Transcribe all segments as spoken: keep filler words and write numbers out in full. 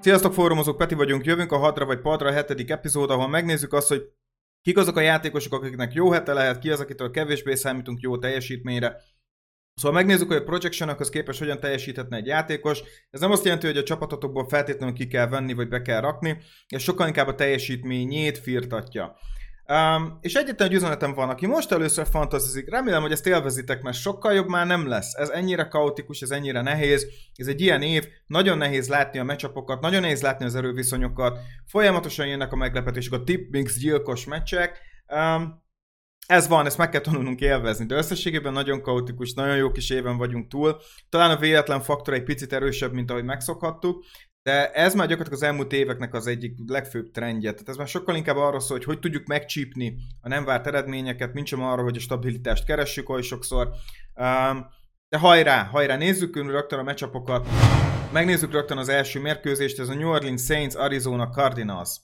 Sziasztok fórumozók, Peti vagyunk, jövünk a hadra vagy padra a hetedik epizód, ahol megnézzük azt, hogy kik azok a játékosok, akiknek jó hete lehet, ki az, akitől kevésbé számítunk jó teljesítményre. Szóval megnézzük, hogy a projectionokhoz képest hogyan teljesíthetne egy játékos. Ez nem azt jelenti, hogy a csapatotokból feltétlenül ki kell venni, vagy be kell rakni, és sokkal inkább a teljesítményét firtatja. Um, és egyetlen egy üzenetem van, aki most először fantazizik, remélem, hogy ezt élvezitek, mert sokkal jobb már nem lesz. Ez ennyire kaotikus, ez ennyire nehéz, ez egy ilyen év, nagyon nehéz látni a matchupokat, nagyon nehéz látni az erőviszonyokat, folyamatosan jönnek a meglepetések, a tipmix gyilkos meccsek. Um, ez van, ezt meg kell tanulnunk élvezni, de összességében nagyon kaotikus, nagyon jó kis éven vagyunk túl. Talán a véletlen faktor egy picit erősebb, mint ahogy megszokhattuk, de ez már gyakorlatilag az elmúlt éveknek az egyik legfőbb trendje. Tehát ez már sokkal inkább arról szól, hogy hogy tudjuk megcsípni a nem várt eredményeket, mint sem arra, hogy a stabilitást keressük oly sokszor. De hajrá, hajrá, nézzük rögtön a matchupokat. Megnézzük rögtön az első mérkőzést, ez a New Orleans Saints Arizona Cardinals.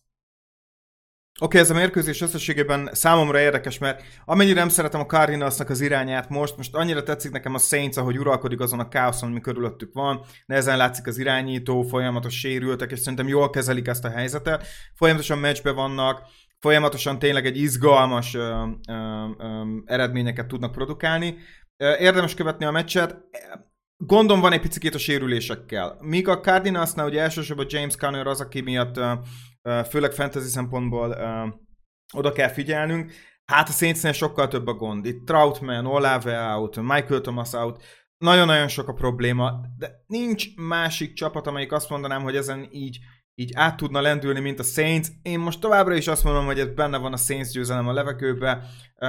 Oké, okay, ez a mérkőzés összességében számomra érdekes, mert amennyire nem szeretem a Cardinalsnak az irányát most, most annyira tetszik nekem a Saints, ahogy uralkodik azon a káoszon, ami körülöttük van, nehezen látszik az irányító, folyamatos sérültek, és szerintem jól kezelik ezt a helyzetet, folyamatosan meccsbe vannak, folyamatosan tényleg egy izgalmas ö, ö, ö, eredményeket tudnak produkálni. Érdemes követni a meccset. Gondom van egy picit a sérülésekkel. Míg a Cardinalsnál ugye elsősorban James Conner az, aki miatt uh, főleg fantasy szempontból uh, oda kell figyelnünk. Hát a Saintsnél sokkal több a gond. Itt Troutman, Olave out, Michael Thomas out. Nagyon-nagyon sok a probléma, de nincs másik csapat, amelyik azt mondanám, hogy ezen így, így át tudna lendülni, mint a Saints. Én most továbbra is azt mondom, hogy ez benne van a Saints győzelem a levegőbe.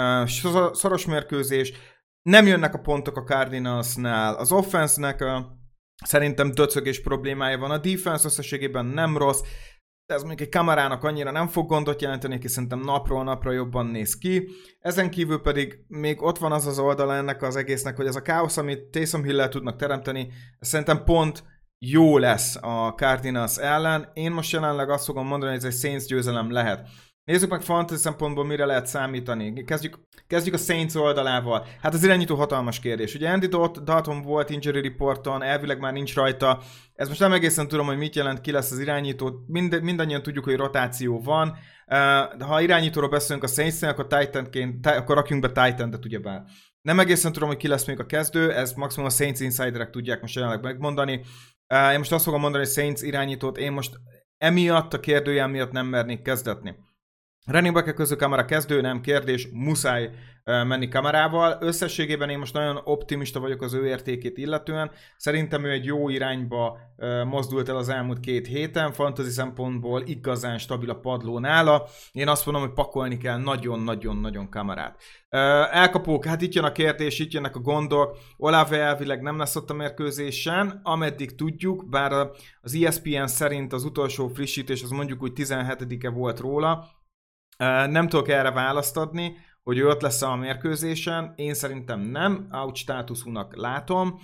Uh, szoros mérkőzés. Nem jönnek a pontok a Cardinalsnál, az offense-nek uh, szerintem döcögés problémája van, a defense összességében nem rossz, de ez mondjuk egy Kamarának annyira nem fog gondot jelenteni, aki szerintem napról napra jobban néz ki. Ezen kívül pedig még ott van az az oldala ennek az egésznek, hogy ez a káosz, amit Taysom Hill-lel tudnak teremteni, szerintem pont jó lesz a Cardinals ellen. Én most jelenleg azt fogom mondani, hogy ez egy Saints győzelem lehet. Nézzük meg fantasy szempontból, mire lehet számítani. Kezdjük, kezdjük a Saints oldalával. Hát az irányító hatalmas kérdés. Ugye Andy Dalton volt injury reporton, elvileg már nincs rajta. Ez most nem egészen tudom, hogy mit jelent, ki lesz az irányító. Mind, mindannyian tudjuk, hogy rotáció van. De ha irányítóról beszélünk a Saints-nél, akkor, Titanként, akkor rakjunk be Titan-et ugyebár. Nem egészen tudom, hogy ki lesz még a kezdő, ez maximum a Saints insiderek tudják most jelenleg megmondani. Én most azt fogom mondani, hogy Saints irányítót én most emiatt a kérdőjel miatt nem mernék kezdetni. Running back-ek közül Kamara kezdő, nem kérdés, muszáj uh, menni Kamarával. Összességében én most nagyon optimista vagyok az ő értékét illetően. Szerintem ő egy jó irányba uh, mozdult el az elmúlt két héten, fantasy szempontból igazán stabil a padló nála. Én azt mondom, hogy pakolni kell nagyon-nagyon-nagyon Kamarát. Uh, elkapók, hát itt jön a kérdés, itt jönnek a gondok. Olave elvileg nem lesz ott a mérkőzésen, ameddig tudjuk, bár az E S P N szerint az utolsó frissítés az mondjuk úgy tizenhetedike volt róla. Uh, nem tudok erre választ adni, hogy ő ott lesz a mérkőzésen. Én szerintem nem, out státuszúnak látom.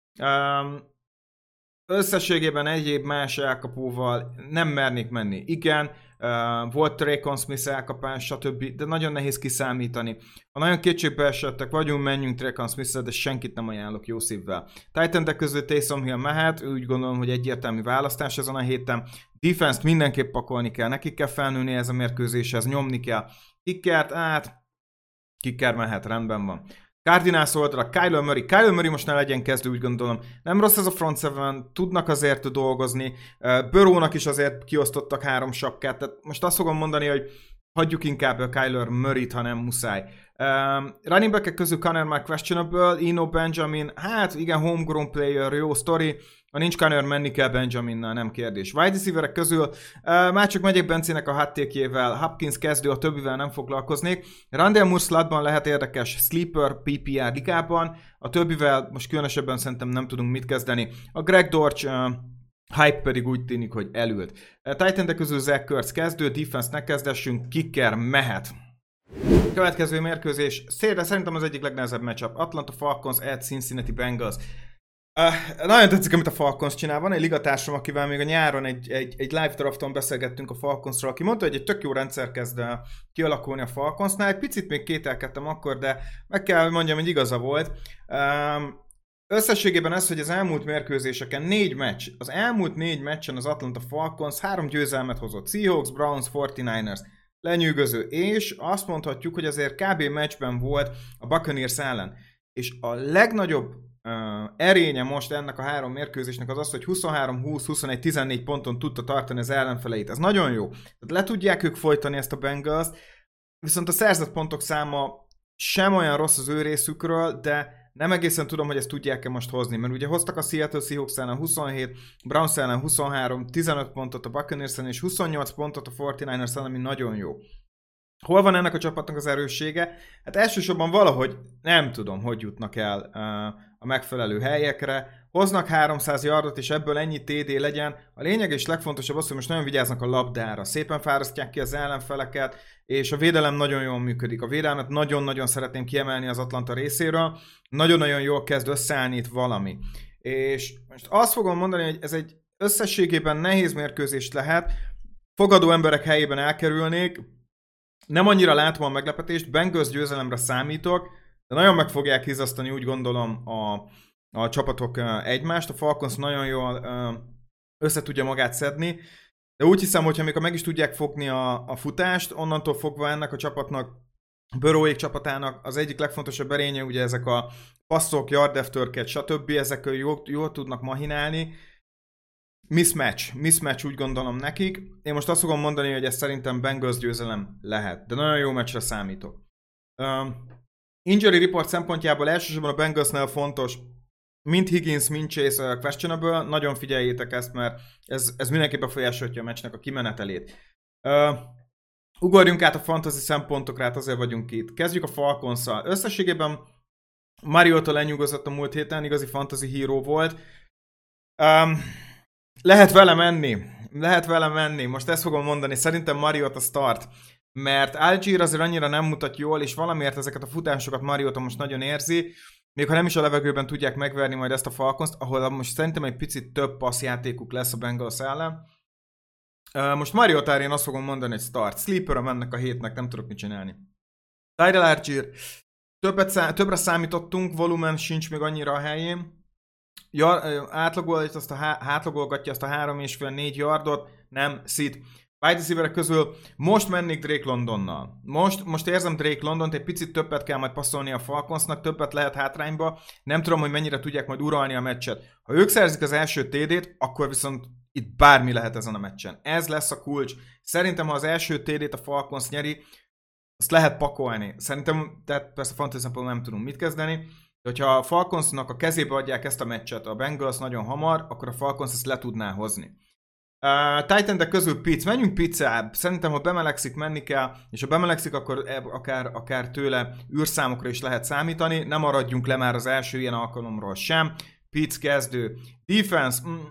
Um, összességében egyéb más elkapóval nem mernék menni. Igen, uh, volt Tre'Quan Smith elkapás, stb., de nagyon nehéz kiszámítani. Ha nagyon kétségbe esettek vagyunk, menjünk Tre'Quan Smith-re, de senkit nem ajánlok jó szívvel. Titan-ek közül Taysom Hill mehet, úgy gondolom, hogy egyértelmű választás ezen a héten. Defense-t mindenképp pakolni kell, nekik kell felnőni ez a mérkőzéshez, nyomni kell. Kickert, hát kicker mehet, rendben van. Cardinals oldalra, Kyler Murray. Kyler Murray most ne legyen kezdő, úgy gondolom. Nem rossz ez a front seven, tudnak azért dolgozni. Burrownak is azért kiosztottak három sapkát, tehát most azt fogom mondani, hogy hagyjuk inkább a Kyler Murray-t, ha nem muszáj. Um, running back-ek közül Conner már questionable, Eno Benjamin, hát igen, homegrown player, jó sztori. Ha nincs Conner, menni kell Benjaminnal, nem kérdés. Wide receiverek közül uh, már csak megyek Bencének a háttékjével, Hopkins kezdő, a többivel nem foglalkoznék. Rondale Moore slotban lehet érdekes, sleeper P P R ligában, a többivel most különösebben szerintem nem tudunk mit kezdeni. A Greg Dortch uh, hype pedig úgy tűnik, hogy elült. Uh, Titan-ek közül Zach Kurtz kezdő, defense ne kezdessünk, kicker mehet. Következő mérkőzés, szélre szerintem az egyik legnehezebb matchup. Atlanta Falcons at Cincinnati Bengals. Uh, nagyon tetszik, amit a Falcons csinál. Van egy ligatársam, akivel még a nyáron egy, egy, egy live drafton beszélgettünk a Falconsról, aki mondta, hogy egy tök jó rendszer kezd kialakulni a Falconsnál. Egy picit még kételkedtem akkor, de meg kell mondjam, hogy igaza volt. Um, összességében ez, hogy az elmúlt mérkőzéseken négy meccs, az elmúlt négy meccsen az Atlanta Falcons három győzelmet hozott. Seahawks, Browns, negyvenkilencesek lenyűgöző, és azt mondhatjuk, hogy azért kb. Meccsben volt a Buccaneers ellen. És a legnagyobb uh, erénye most ennek a három mérkőzésnek az az, hogy huszonhárom húsz huszonegy tizennégy ponton tudta tartani az ellenfeleit. Ez nagyon jó. Tehát le tudják ők folytani ezt a Bengals-t, viszont a szerzett pontok száma sem olyan rossz az ő részükről, de nem egészen tudom, hogy ezt tudják-e most hozni, mert ugye hoztak a Seattle Seahawks ellen huszonhét, Browns ellen huszonhárom, tizenöt pontot a Buccaneers ellen és huszonnyolc pontot a negyvenkilencesek ellen, ami nagyon jó. Hol van ennek a csapatnak az erőssége? Hát elsősorban valahogy nem tudom, hogy jutnak el uh, a megfelelő helyekre. Hoznak háromszáz yardot, és ebből ennyi té dé legyen. A lényeg és legfontosabb az, hogy most nagyon vigyáznak a labdára. Szépen fárasztják ki az ellenfeleket, és a védelem nagyon jól működik. A védelmet nagyon-nagyon szeretném kiemelni az Atlanta részéről. Nagyon-nagyon jól kezd összeállni itt valami. És most azt fogom mondani, hogy ez egy összességében nehéz mérkőzés lehet. Fogadó emberek helyében elkerülnék. Nem annyira látom a meglepetést, Bengals győzelemre számítok, de nagyon meg fogják izzasztani, úgy gondolom, a, a csapatok egymást. A Falcons nagyon jól össze tudja magát szedni, de úgy hiszem, hogy amikor meg is tudják fogni a, a futást, onnantól fogva ennek a csapatnak, Burrowék csapatának az egyik legfontosabb erénye, ugye ezek a passzok, yard after, stb. Ezek jól, jól tudnak mahinálni. Mismatch, mismatch úgy gondolom nekik. Én most azt fogom mondani, hogy ez szerintem Bengals győzelem lehet, de nagyon jó meccsre számítok. Um, injury report szempontjából elsősorban a Bengalsnál fontos, mind Higgins, mind Chase uh, questionable, nagyon figyeljétek ezt, mert ez, ez mindenképp befolyásolja a meccsnek a kimenetelét. Uh, ugorjunk át a fantasy szempontokra, hát azért vagyunk itt. Kezdjük a Falconsszal. Összességében Mariota lenyugozott a múlt héten, igazi fantasy hero volt. Um, Lehet vele menni, lehet vele menni, most ezt fogom mondani, szerintem Mariota start, mert Algier azért annyira nem mutat jól, és valamiért ezeket a futásokat Mariota most nagyon érzi, még ha nem is a levegőben tudják megverni majd ezt a Falcons-t, ahol most szerintem egy picit több passzjátékuk lesz a Bengals ellen. Most Mariota én azt fogom mondani, hogy start, sleeper mennek a hétnek, nem tudok mit csinálni. Tyrell Algier, többet, többre számítottunk, volumen sincs még annyira a helyén. Ja, átlagolgatja azt a, átlagolgatja azt a három és fél négy yardot, nem szit. Wide receiverek közül most mennék Drake Londonnal. Most, most érzem Drake Londont, egy picit többet kell majd passzolni a Falconsnak, többet lehet hátrányba. Nem tudom, hogy mennyire tudják majd uralni a meccset. Ha ők szerzik az első té dét, akkor viszont itt bármi lehet ezen a meccsen. Ez lesz a kulcs. Szerintem, ha az első té dét a Falcons nyeri, azt lehet pakolni. Szerintem, tehát persze fantasy szempontból nem tudunk mit kezdeni. De hogyha a Falconsnak a kezébe adják ezt a meccset a Bengals nagyon hamar, akkor a Falcons ezt le tudná hozni. Uh, Titan-ek közül Pitts, menjünk Pitts-el. Szerintem, ha bemelegszik, menni kell, és ha bemelegszik, akkor akár, akár tőle űrszámokra is lehet számítani. Nem maradjunk le már az első ilyen alkalomról sem. Pitts kezdő. Defense. Mm.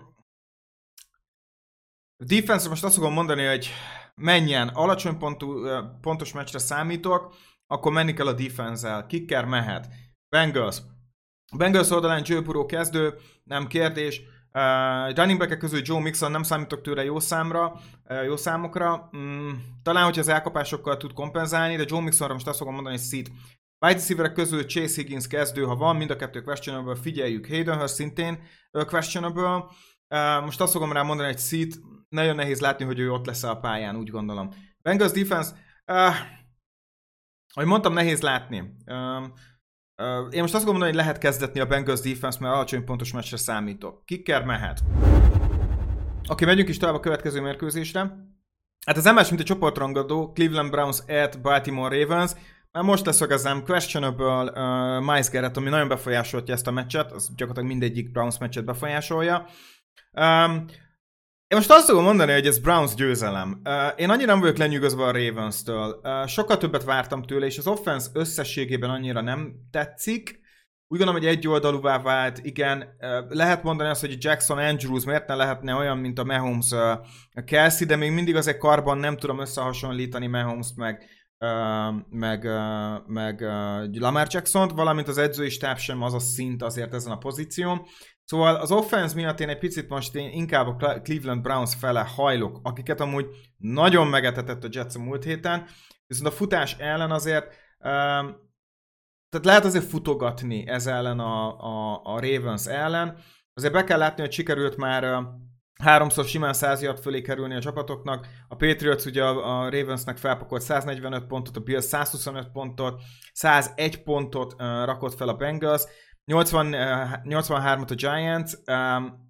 Defense, most azt fogom mondani, hogy menjen. Alacsony pontú, pontos meccsre számítok, akkor menni kell a defense-el. Kicker mehet. Bengals. Bengals oldalán Joe Burrow kezdő, nem kérdés. Uh, running back-ek közül Joe Mixon, nem számítok tőle jó számra, uh, jó számokra. Mm, talán, hogy az elkapásokkal tud kompenzálni, de Joe Mixonra most azt fogom mondani, hogy szít. Wide receiverek közül Chase Higgins kezdő, ha van, mind a kettő questionable, figyeljük. Hayden Hurst szintén uh, questionable. Uh, most azt fogom rá mondani, hogy szít. Nagyon nehéz látni, hogy ő ott lesz a pályán, úgy gondolom. Bengals defense, uh, ahogy mondtam, nehéz látni. Uh, Uh, én most azt gondolom, hogy lehet kezdetni a Bengals defense, mert alacsony pontos meccsre számítok. Kicker mehet. Oké, okay, megyünk is tovább a következő mérkőzésre. Hát az em es, mint egy csoportrangadó, Cleveland Browns at Baltimore Ravens. Már most leszögezem, questionable uh, Myles Garrett, ami nagyon befolyásolja ezt a meccset, az gyakorlatilag mindegyik Browns meccset befolyásolja. Um, Én most azt fogom mondani, hogy ez Browns győzelem. Uh, én annyira nem vagyok lenyűgözve a Ravens-től. Uh, sokkal többet vártam tőle, és az offense összességében annyira nem tetszik. Úgy gondolom, hogy egyoldalúvá vált, igen. Uh, lehet mondani azt, hogy Jackson Andrews miért ne lehetne olyan, mint a Mahomes uh, Kelsey, de még mindig azért karban nem tudom összehasonlítani Mahomes-t meg, uh, meg, uh, meg uh, Lamar Jackson-t, valamint az edzői stáb sem az a szint azért ezen a pozíción. Szóval az offense miatt én egy picit most én inkább a Cleveland Browns fele hajlok, akiket amúgy nagyon megetetett a Jets a múlt héten, viszont a futás ellen azért um, tehát lehet azért futogatni ez ellen a, a, a Ravens ellen. Azért be kell látni, hogy sikerült már háromszor simán száz yard fölé kerülni a csapatoknak. A Patriots ugye a, a Ravensnek felpakolt száznegyvenöt pontot, a Bills százhuszonöt pontot, százegy pontot uh, rakott fel a Bengals, nyolcvan, uh, nyolcvanhármat a Giants. Um,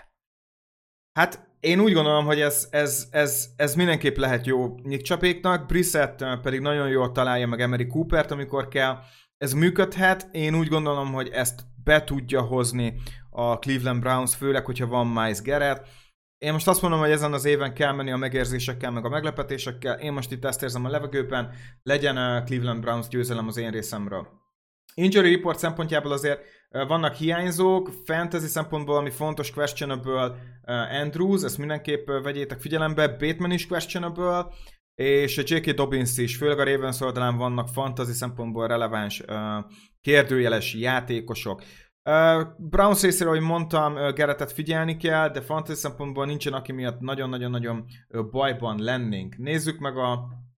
hát én úgy gondolom, hogy ez, ez, ez, ez mindenképp lehet jó Nick Csapéknak, Brissett pedig nagyon jól találja meg Emery Coopert, amikor kell. Ez működhet, én úgy gondolom, hogy ezt be tudja hozni a Cleveland Browns, főleg, hogyha van Myles Garrett. Én most azt mondom, hogy ezen az éven kell menni a megérzésekkel, meg a meglepetésekkel. Én most itt ezt érzem a levegőben, legyen a Cleveland Browns győzelem az én részemről. Injury report szempontjából azért vannak hiányzók, fantasy szempontból, ami fontos, questionable Andrews, ezt mindenképp vegyétek figyelembe, Bateman is questionable, és J K. Dobbins is, főleg a Ravens oldalán vannak fantasy szempontból releváns kérdőjeles játékosok. Browns részéről, ahogy mondtam, Garrettet figyelni kell, de fantasy szempontból nincsen, aki miatt nagyon-nagyon-nagyon bajban lennénk. Nézzük meg a,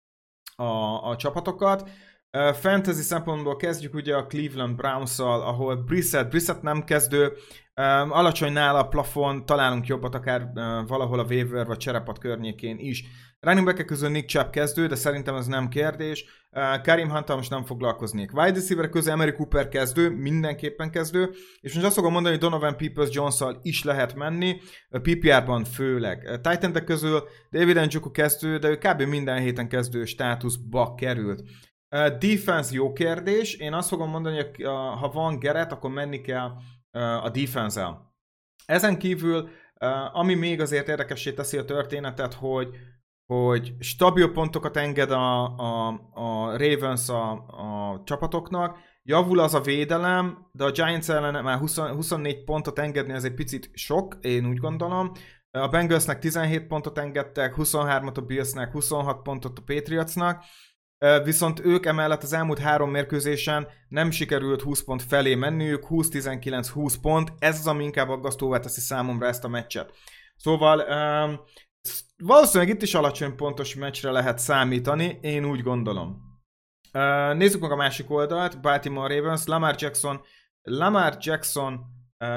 a, a csapatokat. Fantasy szempontból kezdjük ugye a Cleveland Browns-szal, ahol Brissett, Brissett nem kezdő, alacsony nála a plafon, találunk jobbat akár valahol a waiver vagy cserepad környékén is. Running back-ek közül Nick Chubb kezdő, de szerintem ez nem kérdés. Kareem Hunt-tal most nem foglalkoznék. Wide receiver közül Emery Cooper kezdő, mindenképpen kezdő, és most azt fogom mondani, hogy Donovan Peoples-Jones-szal is lehet menni, P P R-ban főleg. Tight endek közül David Njoku kezdő, de ő kb. Minden héten kezdő státuszba került. Uh, defense jó kérdés. Én azt fogom mondani, hogy uh, ha van Garrett, akkor menni kell uh, a defense-el. Ezen kívül, uh, ami még azért érdekessé teszi a történetet, hogy, hogy stabil pontokat enged a, a, a Ravens a, a csapatoknak, javul az a védelem, de a Giants ellen már húsz, huszonnégy pontot engedni, ez egy picit sok, én úgy gondolom. A Bengalsnek tizenhét pontot engedtek, huszonhármat a Billsnek, huszonhat pontot a Patriotsnak, viszont ők emellett az elmúlt három mérkőzésen nem sikerült húsz pont felé menniük, húsz tizenkilenc húsz pont, ez az, ami inkább aggasztóvá teszi számomra ezt a meccset. Szóval um, valószínűleg itt is alacsony pontos meccsre lehet számítani, én úgy gondolom. Uh, nézzük meg a másik oldalt, Baltimore Ravens, Lamar Jackson, Lamar Jackson uh,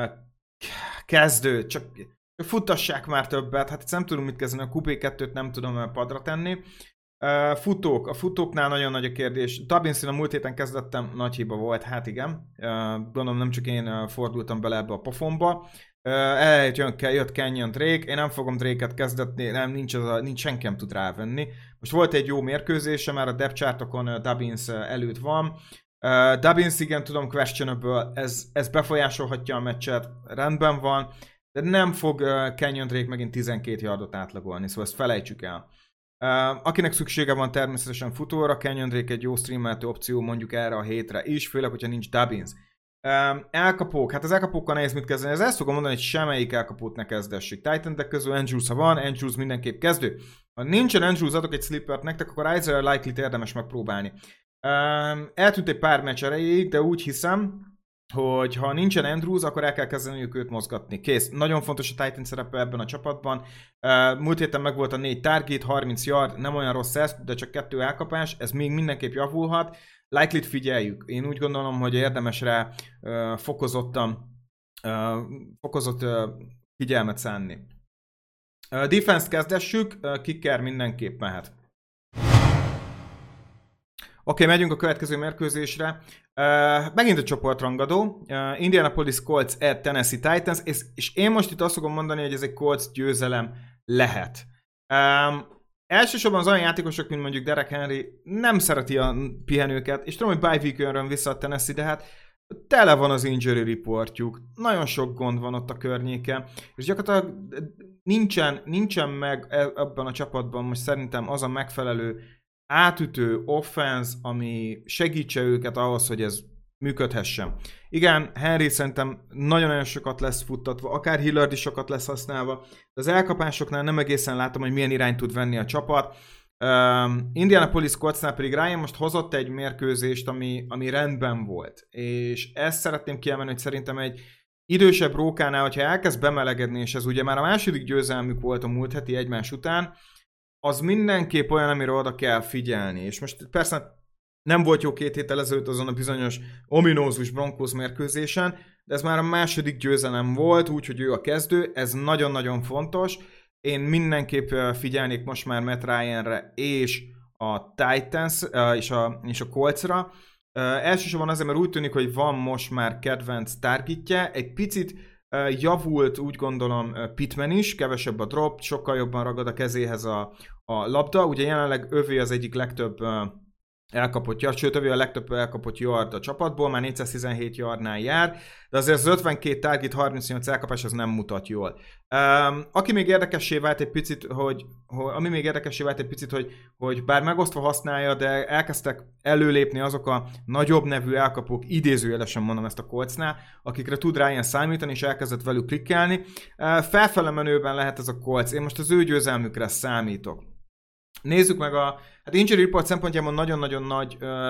kezdő, csak futtassák már többet, hát itt nem tudom mit kezdeni, a Q B kettőt nem tudom padra tenni. Uh, futók, a futóknál nagyon nagy a kérdés. Dobbinson a múlt héten kezdettem, nagy hiba volt, hát igen. Uh, gondolom nem csak én uh, fordultam bele ebbe a pofonba. Uh, Elejött jön, jött Kenyon Drake, én nem fogom Drake-et kezdetni, nem, nincs, az a, nincs senki nem tud rávenni. Most volt egy jó mérkőzése, már a depth chartokon uh, Dobbins uh, előtt van. Uh, Dobbins igen, tudom, questionable, ez, ez befolyásolhatja a meccset, rendben van, de nem fog uh, Kenyon Drake megint tizenkét yardot átlagolni, szóval ezt felejtsük el. Uh, akinek szüksége van természetesen futóra, Kenyon Drake egy jó streameltő opció mondjuk erre a hétre is, főleg, hogyha nincs Dobbins. Uh, elkapók, hát az elkapókkal nehéz mit kezdeni, ez ezt fogom mondani, hogy semmelyik elkapót ne kezdessük. Titan-ek közül Andrews, ha van, Andrews mindenképp kezdő. Ha nincsen Andrews, adok egy sleepert nektek, akkor Isaiah Likely-t érdemes megpróbálni. Uh, eltűnt egy pár meccs erejéig, de úgy hiszem, hogy ha nincsen Andrews, akkor el kell kezdeniük őt mozgatni. Kész. Nagyon fontos a Titan szerepe ebben a csapatban. Uh, múlt héten meg volt a négy target, harminc yard, nem olyan rossz ez, de csak kettő elkapás, ez még mindenképp javulhat. Likely-t figyeljük. Én úgy gondolom, hogy érdemes rá uh, fokozottan, uh, fokozott uh, figyelmet szánni. Uh, Defense-t kezdessük, uh, kicker mindenképp mehet. Oké, okay, megyünk a következő mérkőzésre. Uh, megint a csoportrangadó. Uh, Indianapolis Colts at Tennessee Titans, és, és én most itt azt fogom mondani, hogy ez egy Colts győzelem lehet. Um, elsősorban az olyan játékosok, mint mondjuk Derek Henry nem szereti a pihenőket, és tudom, hogy bye week jön vissza a Tennessee, de hát tele van az injury reportjuk. Nagyon sok gond van ott a környéken, és gyakorlatilag nincsen, nincsen meg ebben a csapatban most szerintem az a megfelelő átütő offense, ami segítse őket ahhoz, hogy ez működhessen. Igen, Henry szerintem nagyon-nagyon sokat lesz futtatva, akár Hillard is sokat lesz használva, de az elkapásoknál nem egészen látom, hogy milyen irányt tud venni a csapat. Um, Indianapolis Coltsnál pedig Ryan most hozott egy mérkőzést, ami, ami rendben volt, és ezt szeretném kiemelni, hogy szerintem egy idősebb rókánál, hogyha elkezd bemelegedni, és ez ugye már a második győzelmük volt a múlt heti egymás után, az mindenképp olyan, amire oda kell figyelni. És most persze Nem volt jó két héttel ezelőtt azon a bizonyos ominózus Broncos mérkőzésen, de ez már a második győzelem volt, úgyhogy ő a kezdő, ez nagyon-nagyon fontos. Én mindenképp figyelnék most már Matt Ryanre és a Titans és a, és a Coltsra. Uh, elsősorban azért, mert úgy tűnik, hogy van most már kedvenc targetje, egy picit uh, javult úgy gondolom uh, Pittman is, kevesebb a drop, sokkal jobban ragad a kezéhez a, a labda, ugye jelenleg övé az egyik legtöbb uh, elkapott yard, sőt, övé a legtöbb elkapott yard a csapatból, már négyszáztizenhét yardnál jár, de azért az ötvenkét target, harmincnyolc elkapás az nem mutat jól. Um, aki még érdekessé vált egy picit, hogy, hogy ami még érdekessé vált egy picit, hogy, hogy bár megosztva használja, de elkezdtek előlépni azok a nagyobb nevű elkapók, idézőjelesen mondom ezt a Coltsnál, akikre tud Ryan számítani, és elkezdett velük klikkelni. Uh, felfele menőben lehet ez a Colts, én most az ő győzelmükre számítok. Nézzük meg a hát injury report szempontjából nagyon-nagyon nagy uh,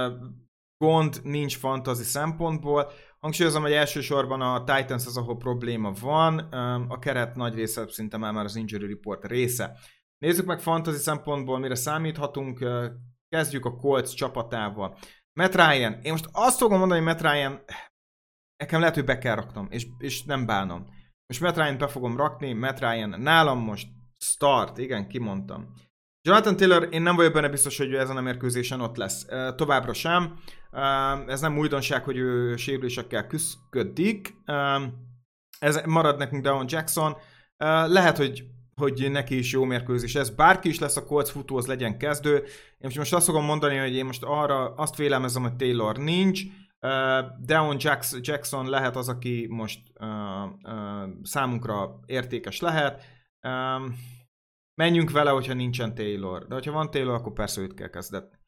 gond nincs fantasy szempontból. Hangsúlyozom, hogy elsősorban a Titans az, ahol probléma van, um, a keret nagy része szinte már, már az injury report része. Nézzük meg fantasy szempontból, mire számíthatunk, uh, kezdjük a Colts csapatával. Matt Ryan, én most azt fogom mondani, hogy Matt Ryan, nekem lehet, hogy be kell raknom, és, és nem bánom. Most Matt Ryan be fogom rakni, Matt Ryan nálam most start, igen, kimondtam. Jonathan Taylor, én nem vagyok benne biztos, hogy ő ezen a mérkőzésen ott lesz. Uh, továbbra sem. Uh, ez nem újdonság, hogy ő sérülésekkel küszködik. Uh, ez marad nekünk Deon Jackson. Uh, lehet, hogy, hogy neki is jó mérkőzés ez. Bárki is lesz a Colts futó, az legyen kezdő. Én most azt fogom mondani, hogy én most arra azt vélelmezem, hogy Taylor nincs. Uh, Deon Jackson lehet az, aki most uh, uh, számunkra értékes lehet. Um, Menjünk vele, hogyha nincsen Taylor. De hogyha van Taylor, akkor persze őt kell kezdetni.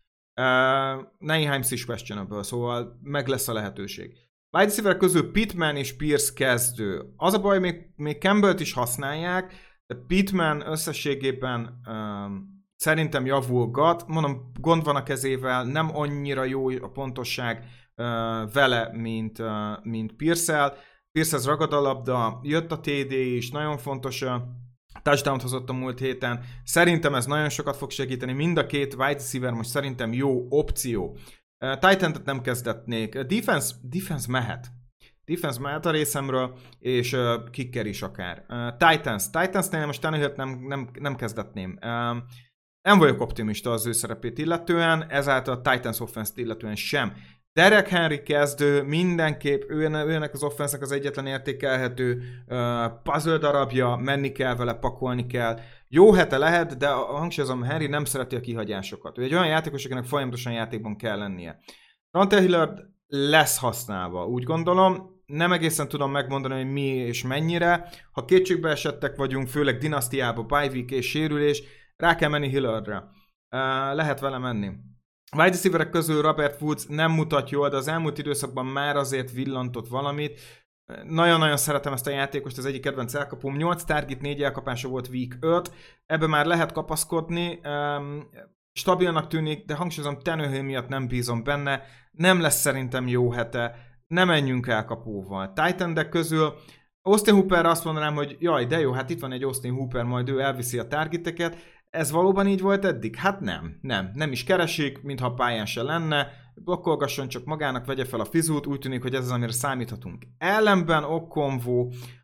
Uh, Nyheim is questionable, szóval meg lesz a lehetőség. Wide receiver közül Pittman és Pierce kezdő. Az a baj, még, még Campbellt is használják, de Pittman összességében um, szerintem javulgat. Mondom, gond van a kezével, nem annyira jó a pontosság uh, vele, mint, uh, mint Pierce-el. Pierce-hez ragad a labda, jött a té dé is, nagyon fontos uh, touchdown-t hozott a múlt héten. Szerintem ez nagyon sokat fog segíteni. Mind a két wide receiver most szerintem jó opció. Uh, Titan-t nem kezdetnék. Uh, defense, defense mehet. Defense mehet a részemről, és uh, kicker is akár. Uh, Titans. Titans-nél most Tannehill nem, nem, nem kezdetném. Uh, nem vagyok optimista az ő szerepét illetően, ezáltal a Titans offense-t illetően sem. Derek Henry kezdő, mindenképp őnek az offense-nek az egyetlen értékelhető uh, puzzle darabja, menni kell vele, pakolni kell. Jó hete lehet, de hangsúlyozom, Henry nem szereti a kihagyásokat. Ő egy olyan játékos, akinek folyamatosan játékban kell lennie. Rontel Hillard lesz használva, úgy gondolom. Nem egészen tudom megmondani, hogy mi és mennyire. Ha kétségbe esettek vagyunk, főleg dinasztiába, bye week és sérülés, rá kell menni Hillardra. Uh, lehet vele menni. Wide receiverek közül Robert Woods nem mutat jól, de az elmúlt időszakban már azért villantott valamit. Nagyon-nagyon szeretem ezt a játékost, az egyik kedvenc elkapóm. nyolc target, négy elkapása volt week öt. Ebbe már lehet kapaszkodni. Um, stabilnak tűnik, de hangsúlyozom, Tannehill miatt nem bízom benne. Nem lesz szerintem jó hete. Nem menjünk elkapóval. Titan-ek közül Austin Hooper azt mondanám, hogy jaj, de jó, hát itt van egy Austin Hooper, majd ő elviszi a targeteket. Ez valóban így volt eddig? Hát nem, nem. Nem is keresik, mintha pályán se lenne. Blokkolgasson csak magának, vegye fel a fizút, úgy tűnik, hogy ez az, amire számíthatunk. Ellenben Okonvo,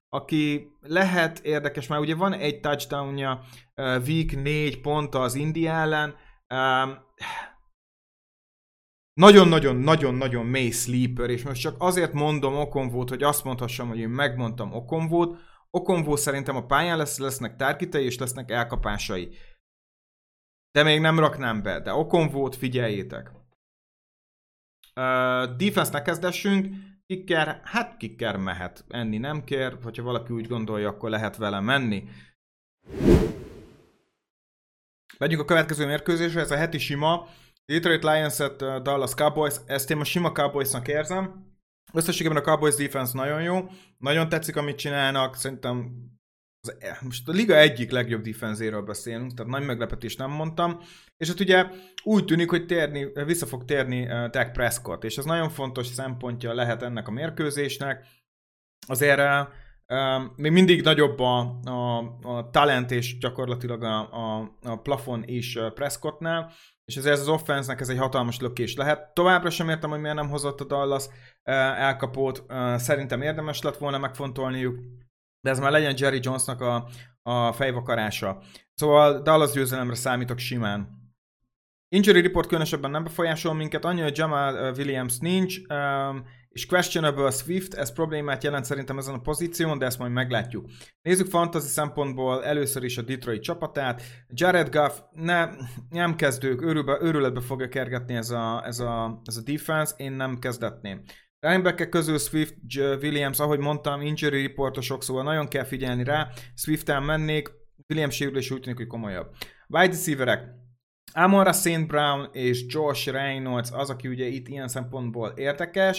aki lehet érdekes, már ugye van egy touchdownja, uh, week négy pont az Indy ellen. Um, Nagyon-nagyon-nagyon-nagyon mély sleeper, és most csak azért mondom Okonvót, hogy azt mondhassam, hogy én megmondtam Okonvót. Okonvó szerintem a pályán lesz, lesznek targetei és lesznek elkapásai. De még nem raknám be, de Okonvót figyeljétek. Uh, defense-nek kezdessünk. Kicker, hát kicker mehet. Enni nem kér, hogyha valaki úgy gondolja, akkor lehet vele menni. Megyünk a következő mérkőzésre, ez a heti sima. Detroit Lions-et uh, Dallas Cowboys, ezt én most sima Cowboysnak érzem. Összességében a Cowboys defense nagyon jó, nagyon tetszik, amit csinálnak, szerintem az, most a liga egyik legjobb defenzéről beszélünk, tehát nagy meglepetést nem mondtam, és hát ugye úgy tűnik, hogy térni, vissza fog térni uh, Dak Prescott, és ez nagyon fontos szempontja lehet ennek a mérkőzésnek. Azért uh, uh, még mindig nagyobb a, a, a talent és gyakorlatilag a, a, a plafon is uh, Prescottnál. és ezért az offense-nek ez egy hatalmas lökés lehet. Továbbra sem értem, hogy miért nem hozott a Dallas elkapót, szerintem érdemes lett volna megfontolniuk, de ez már legyen Jerry Jonesnak a, a fejvakarása. Szóval Dallas győzelemre számítok simán. Injury report különösebben nem befolyásol minket, annyi, hogy Jamal Williams nincs, um, és questionable Swift, ez problémát jelent szerintem ezen a pozíción, de ezt majd meglátjuk. Nézzük fantasy szempontból először is a Detroit csapatát. Jared Goff ne, nem kezdők, őrülbe, őrületbe fogja kergetni ez a, ez, a, ez a defense, én nem kezdetném. Linebacker közül Swift, Williams, ahogy mondtam, injury reportosok, szóval nagyon kell figyelni rá. Swift-en mennék, Williams sérülés úgy tűnik, hogy komolyabb. Wide receiverek. Amon-Ra Saint Brown és Josh Reynolds az, aki ugye itt ilyen szempontból érdekes.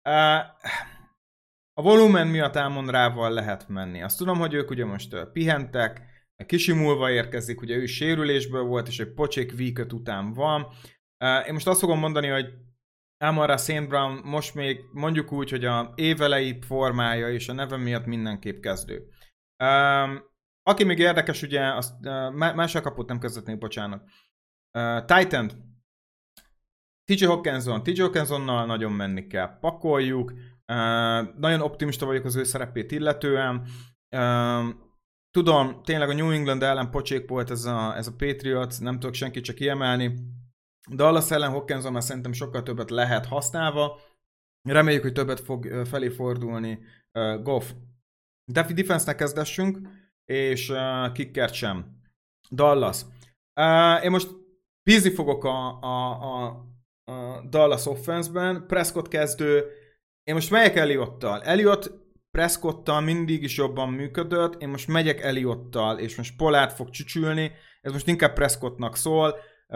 A volumen miatt Amon-Rával lehet menni. Azt tudom, hogy ők ugye most pihentek, kisimulva érkezik, ugye ő sérülésből volt, és egy pocsék week öt után van. Én most azt fogom mondani, hogy Amon-Ra Saint Brown most még mondjuk úgy, hogy a évelei formája és a neve miatt mindenképp kezdő. Aki még érdekes, ugye, azt, mással kapott nem kezdetnék, bocsánat. Uh, Titan, té jé Hawkinson, té jé Hawkinsonnal nagyon menni kell, pakoljuk, uh, nagyon optimista vagyok az ő szerepét illetően, uh, tudom, tényleg a New England ellen pocsék volt ez a, ez a Patriots, nem tudok senkit csak kiemelni, Dallas ellen Hawkinsonnal szerintem sokkal többet lehet használva, reméljük, hogy többet fog felé fordulni uh, Goff. Defense-nek kezdessünk, és uh, kickert sem. Dallas. Uh, én most bízni fogok a, a, a, a Dallas offense-ben, Prescott kezdő, én most megyek Eliottal. Eliott Prescottal mindig is jobban működött, én most megyek Eliottal, és most Pollard fog csücsülni, ez most inkább Prescottnak szól.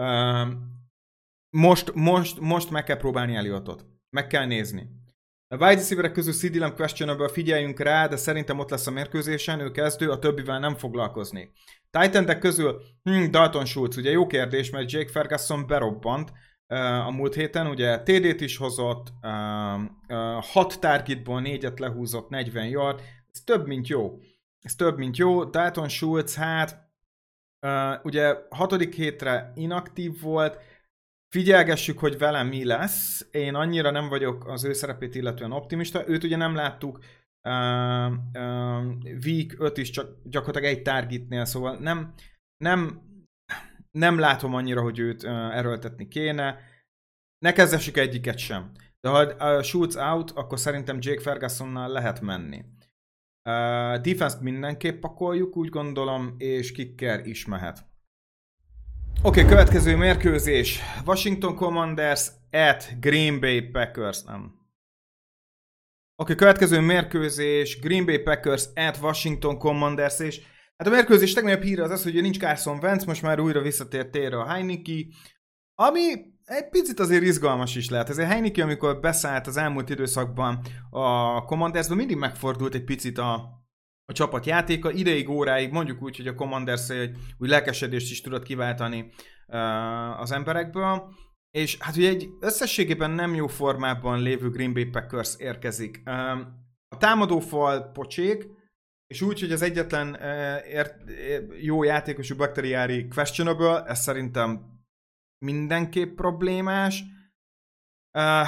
Most, most, most meg kell próbálni Eliottot, meg kell nézni. A wide receiverek közül CeeDee Lamb questionable, figyeljünk rá, de szerintem ott lesz a mérkőzésen, ő kezdő, a többivel nem foglalkozni. Titan-ek közül hmm, Dalton Schultz, ugye jó kérdés, mert Jake Ferguson berobbant uh, a múlt héten, ugye té dét is hozott, uh, uh, hat targetból négyet lehúzott, negyven yard, ez több, mint jó. Ez több, mint jó. Dalton Schultz, hát uh, ugye hatodik hétre inaktív volt, figyelgessük, hogy vele mi lesz. Én annyira nem vagyok az ő szerepét illetően optimista. Őt ugye nem láttuk uh, uh, week öt is csak gyakorlatilag egy targetnél, szóval nem, nem, nem látom annyira, hogy őt uh, erőltetni kéne. Ne kezdessük egyiket sem. De ha uh, Schultz out, akkor szerintem Jake Fergusonnal lehet menni. Uh, Defense-t mindenképp pakoljuk, úgy gondolom, és kicker is mehet. Oké, okay, következő mérkőzés. Washington Commanders at Green Bay Packers. Nem. Oké, okay, következő mérkőzés. Green Bay Packers at Washington Commanders. És hát a mérkőzés legnagyobb híre az az, hogy nincs Carson Wentz, most már újra visszatért térre a Heineke, ami egy picit azért izgalmas is lehet. Ezért Heineke, amikor beszállt az elmúlt időszakban a Commandersben, mindig megfordult egy picit a a csapat játéka, ideig, óráig, mondjuk úgy, hogy a Commanders egy úgy lelkesedést is tudott kiváltani uh, az emberekből, és hát ugye egy összességében nem jó formában lévő Green Bay Packers érkezik. Uh, a támadófal pocsék, és úgy, hogy az egyetlen uh, ért, jó játékosú Bakhtiari questionable, ez szerintem mindenképp problémás. Uh,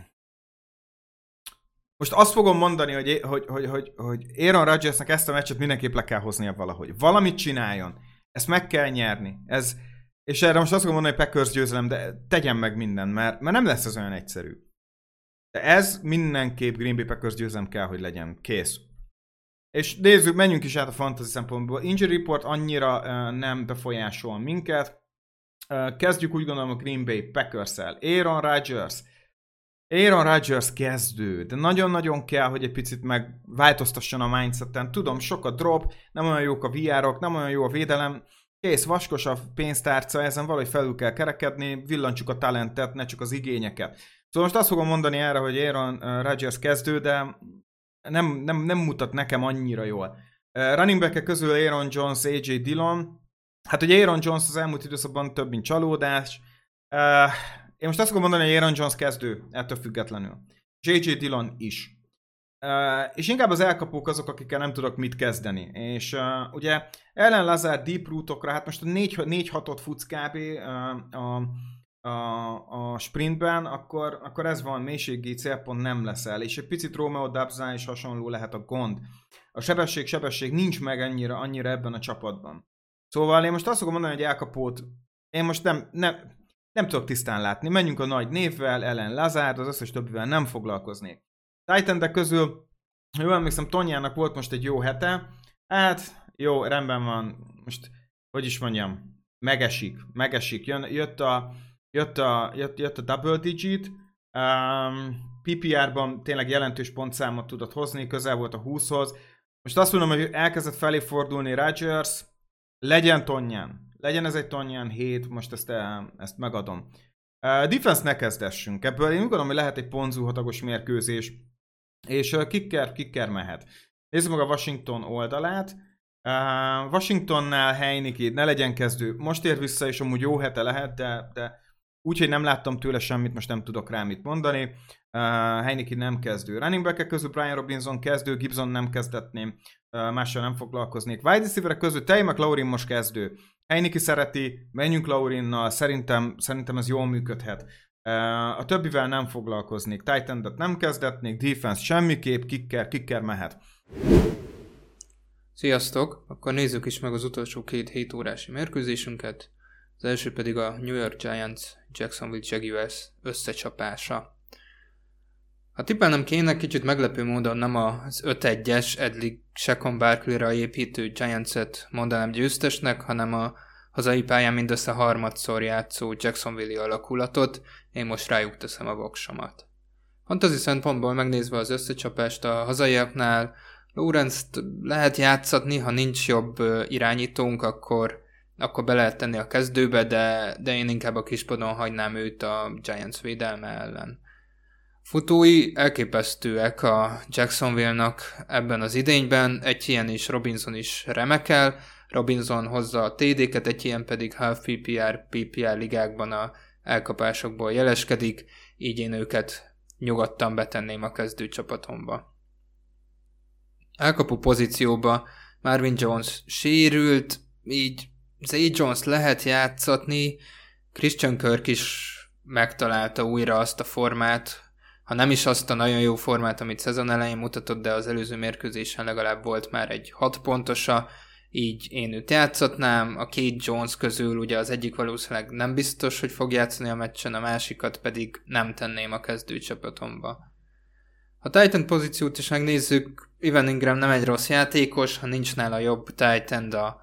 Most azt fogom mondani, hogy, hogy, hogy, hogy, hogy Aaron Rodgersnek ezt a meccset mindenképp le kell hoznia valahogy. Valamit csináljon. Ezt meg kell nyerni. Ez, és erre most azt fogom mondani, hogy Packers győzelem, de tegyen meg minden, mert, mert nem lesz ez olyan egyszerű. De ez mindenképp Green Bay Packers győzelem kell, hogy legyen. Kész. És nézzük, menjünk is át a fantasy szempontból. Injury report annyira uh, nem befolyásol minket. Uh, kezdjük úgy gondolom a Green Bay Packers-el. Aaron Rodgers. Aaron Rodgers kezdő, de nagyon-nagyon kell, hogy egy picit megváltoztasson a mindseten. Tudom, sok a drop, nem olyan jók a vé er-ok, nem olyan jó a védelem. Kész, vaskos a pénztárca, ezen valahogy felül kell kerekedni, villancsuk a talentet, ne csak az igényeket. Szóval most azt fogom mondani erre, hogy Aaron Rodgers kezdő, de nem, nem, nem mutat nekem annyira jól. Running back-ek közül Aaron Jones, á jé Dillon. Hát ugye Aaron Jones az elmúlt időszakban több, mint csalódás. Én most azt fogom mondani, hogy Aaron Jones kezdő, ettől függetlenül. És á jé Dillon is. Uh, és inkább az elkapók azok, akikkel nem tudok mit kezdeni. És uh, ugye Allen Lazard deep rootokra, hát most a négy hatot futsz kb. Uh, a, a, a sprintben, akkor, akkor ez van, mélységi célpont nem leszel. És egy picit Romeo Doubsnál is hasonló lehet a gond. A sebesség, sebesség nincs meg annyira, annyira ebben a csapatban. Szóval én most azt fogom mondani, hogy elkapót én most nem, nem, nem tudok tisztán látni. Menjünk a nagy névvel, Allen Lazard, az összes többivel nem foglalkoznék. Titan-ek közül, jól emlékszem, Tonyának volt most egy jó hete. Hát, jó, rendben van. Most, hogy is mondjam, megesik, megesik. Jön, jött, a, jött, a, jött, jött a double digit. Um, pé pé er-ban tényleg jelentős pontszámot tudott hozni, közel volt a húszhoz. Most azt mondom, hogy elkezdett felé fordulni Rodgers, legyen Tonyán. Legyen ez egy Tonyán hét, most ezt, ezt megadom. Uh, defense ne kezdessünk. Ebből én úgy gondolom, hogy lehet egy ponzú hatagos mérkőzés. És uh, kicker, kicker mehet. Nézzük meg a Washington oldalát. Uh, Washingtonnál Heinicke ne legyen kezdő. Most ér vissza, és amúgy jó hete lehet, de, de úgyhogy nem láttam tőle semmit, most nem tudok rá mit mondani. Uh, Heinicke nem kezdő. Running back-ek közül Brian Robinson kezdő, Gibson nem kezdetném, uh, mással nem foglalkoznék. Wide receiver-ek közül Terry McLaurin most kezdő. Heinicke szereti, menjünk Laurinnal, szerintem, szerintem ez jól működhet. Uh, a többivel nem foglalkoznék. Titan-et nem kezdetnék, defense semmiképp, kicker, kicker mehet. Sziasztok! Akkor nézzük is meg az utolsó két hét órási mérkőzésünket. Az első pedig a New York Giants Jacksonville Jaguars összecsapása. Ha tippelnem kéne, kicsit meglepő módon nem az öt egyes eddig Saquon Barkley-ra építő Giants-et mondanám győztesnek, hanem a hazai pályán mindössze harmadszor játszó Jacksonville-i alakulatot, én most rájuk teszem a voksomat. Fantasy szempontból megnézve az összecsapást a hazaiaknál, Lawrence-t lehet játszatni, ha nincs jobb irányítónk, akkor, akkor be lehet tenni a kezdőbe, de, de én inkább a kispadon hagynám őt a Giants védelme ellen. Futói elképesztőek a Jacksonville-nak ebben az idényben, egy ilyen is Robinson is remekel, Robinson hozza a té dé-ket, egy ilyen pedig half pé pé er, pé pé er ligákban a elkapásokból jeleskedik, így én őket nyugodtan betenném a kezdőcsapatomba. Elkapó pozícióba Marvin Jones sérült, így Zay Jones lehet játszatni, Christian Kirk is megtalálta újra azt a formát, ha nem is azt a nagyon jó formát, amit szezon elején mutatott, de az előző mérkőzésen legalább volt már egy hat pontosa, így én őt játszatnám, a két Jones közül ugye az egyik valószínűleg nem biztos, hogy fog játszani a meccsen, a másikat pedig nem tenném a kezdőcsapatomba. Ha Titan pozíciót is megnézzük, Evan Ingram nem egy rossz játékos, ha nincs nála jobb Titan a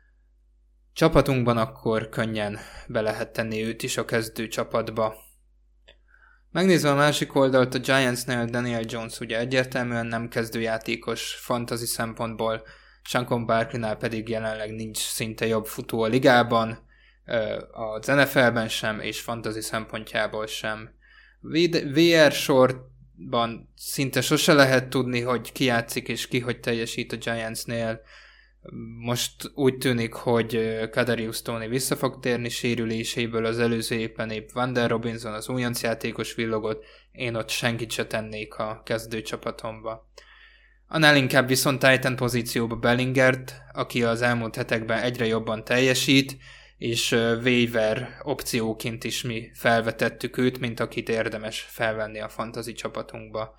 csapatunkban, akkor könnyen be lehet tenni őt is a kezdőcsapatba. Megnézve a másik oldalt, a Giantsnél Daniel Jones ugye egyértelműen nem kezdőjátékos fantasy szempontból, Saquon Barkley-nál pedig jelenleg nincs szinte jobb futó a ligában, az en ef el-ben sem, és fantasy szempontjából sem. vé er sorban szinte sose lehet tudni, hogy ki játszik és ki hogy teljesít a Giantsnél. Most úgy tűnik, hogy Kadarius Toney vissza fog térni sérüléséből, az előző éppen épp Vander Robinson, az újonc játékos villogott, én ott senkit se tennék a kezdőcsapatomba. Annál inkább viszont Titan pozícióba Bellingert, aki az elmúlt hetekben egyre jobban teljesít, és waiver opcióként is mi felvetettük őt, mint akit érdemes felvenni a fantasy csapatunkba.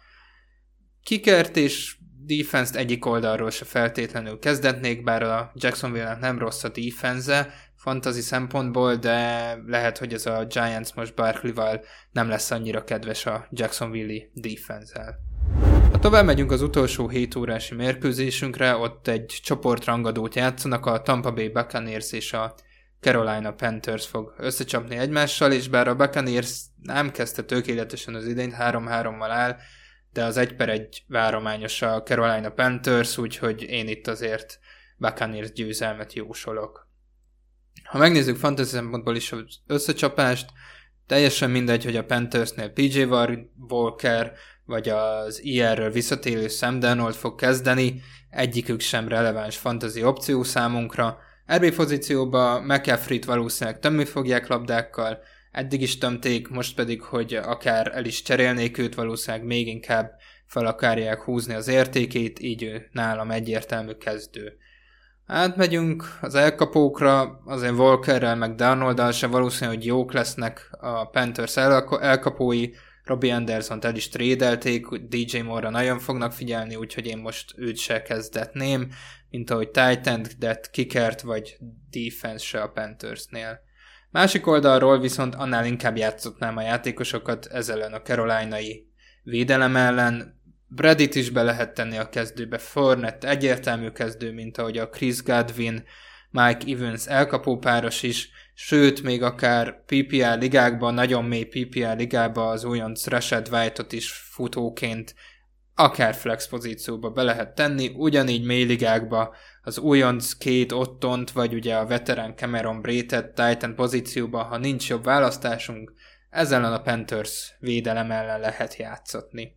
Kickert és defense-t egyik oldalról se feltétlenül kezdetnék, bár a Jacksonville-nek nem rossz a defense-e fantasy szempontból, de lehet, hogy ez a Giants most Barkley-val nem lesz annyira kedves a Jacksonville-i defense-el. Ha tovább megyünk az utolsó hét órási mérkőzésünkre, ott egy csoportrangadót játszanak, a Tampa Bay Buccaneers és a Carolina Panthers fog összecsapni egymással, és bár a Buccaneers nem kezdte tökéletesen az idényt, három-hárommal áll, de az egy per egy várományos a Carolina Panthers, úgyhogy én itt azért Buccaneers győzelmet jósolok. Ha megnézzük fantasy szempontból is az összecsapást, teljesen mindegy, hogy a Panthersnél pé jé Walker vagy az i er-ről visszatérő Sam Darnold fog kezdeni, egyikük sem releváns fantasy opció számunkra. er bé pozícióba McCaffrey-t valószínűleg tömni fogják labdákkal, eddig is tömték, most pedig, hogy akár el is cserélnék őt, valószínűleg még inkább fel akarják húzni az értékét, így ő nálam egyértelmű kezdő. Átmegyünk az elkapókra, azért Walkerrel meg Darnoldal se valószínű, hogy jók lesznek a Panthers elkapói, Robbie Andersont el is trédelték, dé jé Moore-ra nagyon fognak figyelni, úgyhogy én most őt se kezdetném, mint ahogy Titan-t, kickert vagy defense se a Panthersnél. Másik oldalról viszont annál inkább játszotnám a játékosokat ez ellen a carolinai védelem ellen. Bradit is be lehet tenni a kezdőbe, Fournette egyértelmű kezdő, mint ahogy a Chris Godwin, Mike Evans elkapó páros is, sőt, még akár pé pé er ligákban, nagyon mély pé pé er ligában az újonc Rashad White-ot is futóként akár flex pozícióba be lehet tenni, ugyanígy mély ligákba az újonc két Ottont, vagy ugye a veterán Cameron Braytet Titan pozícióba, ha nincs jobb választásunk, ezzel a Panthers védelem ellen lehet játszatni.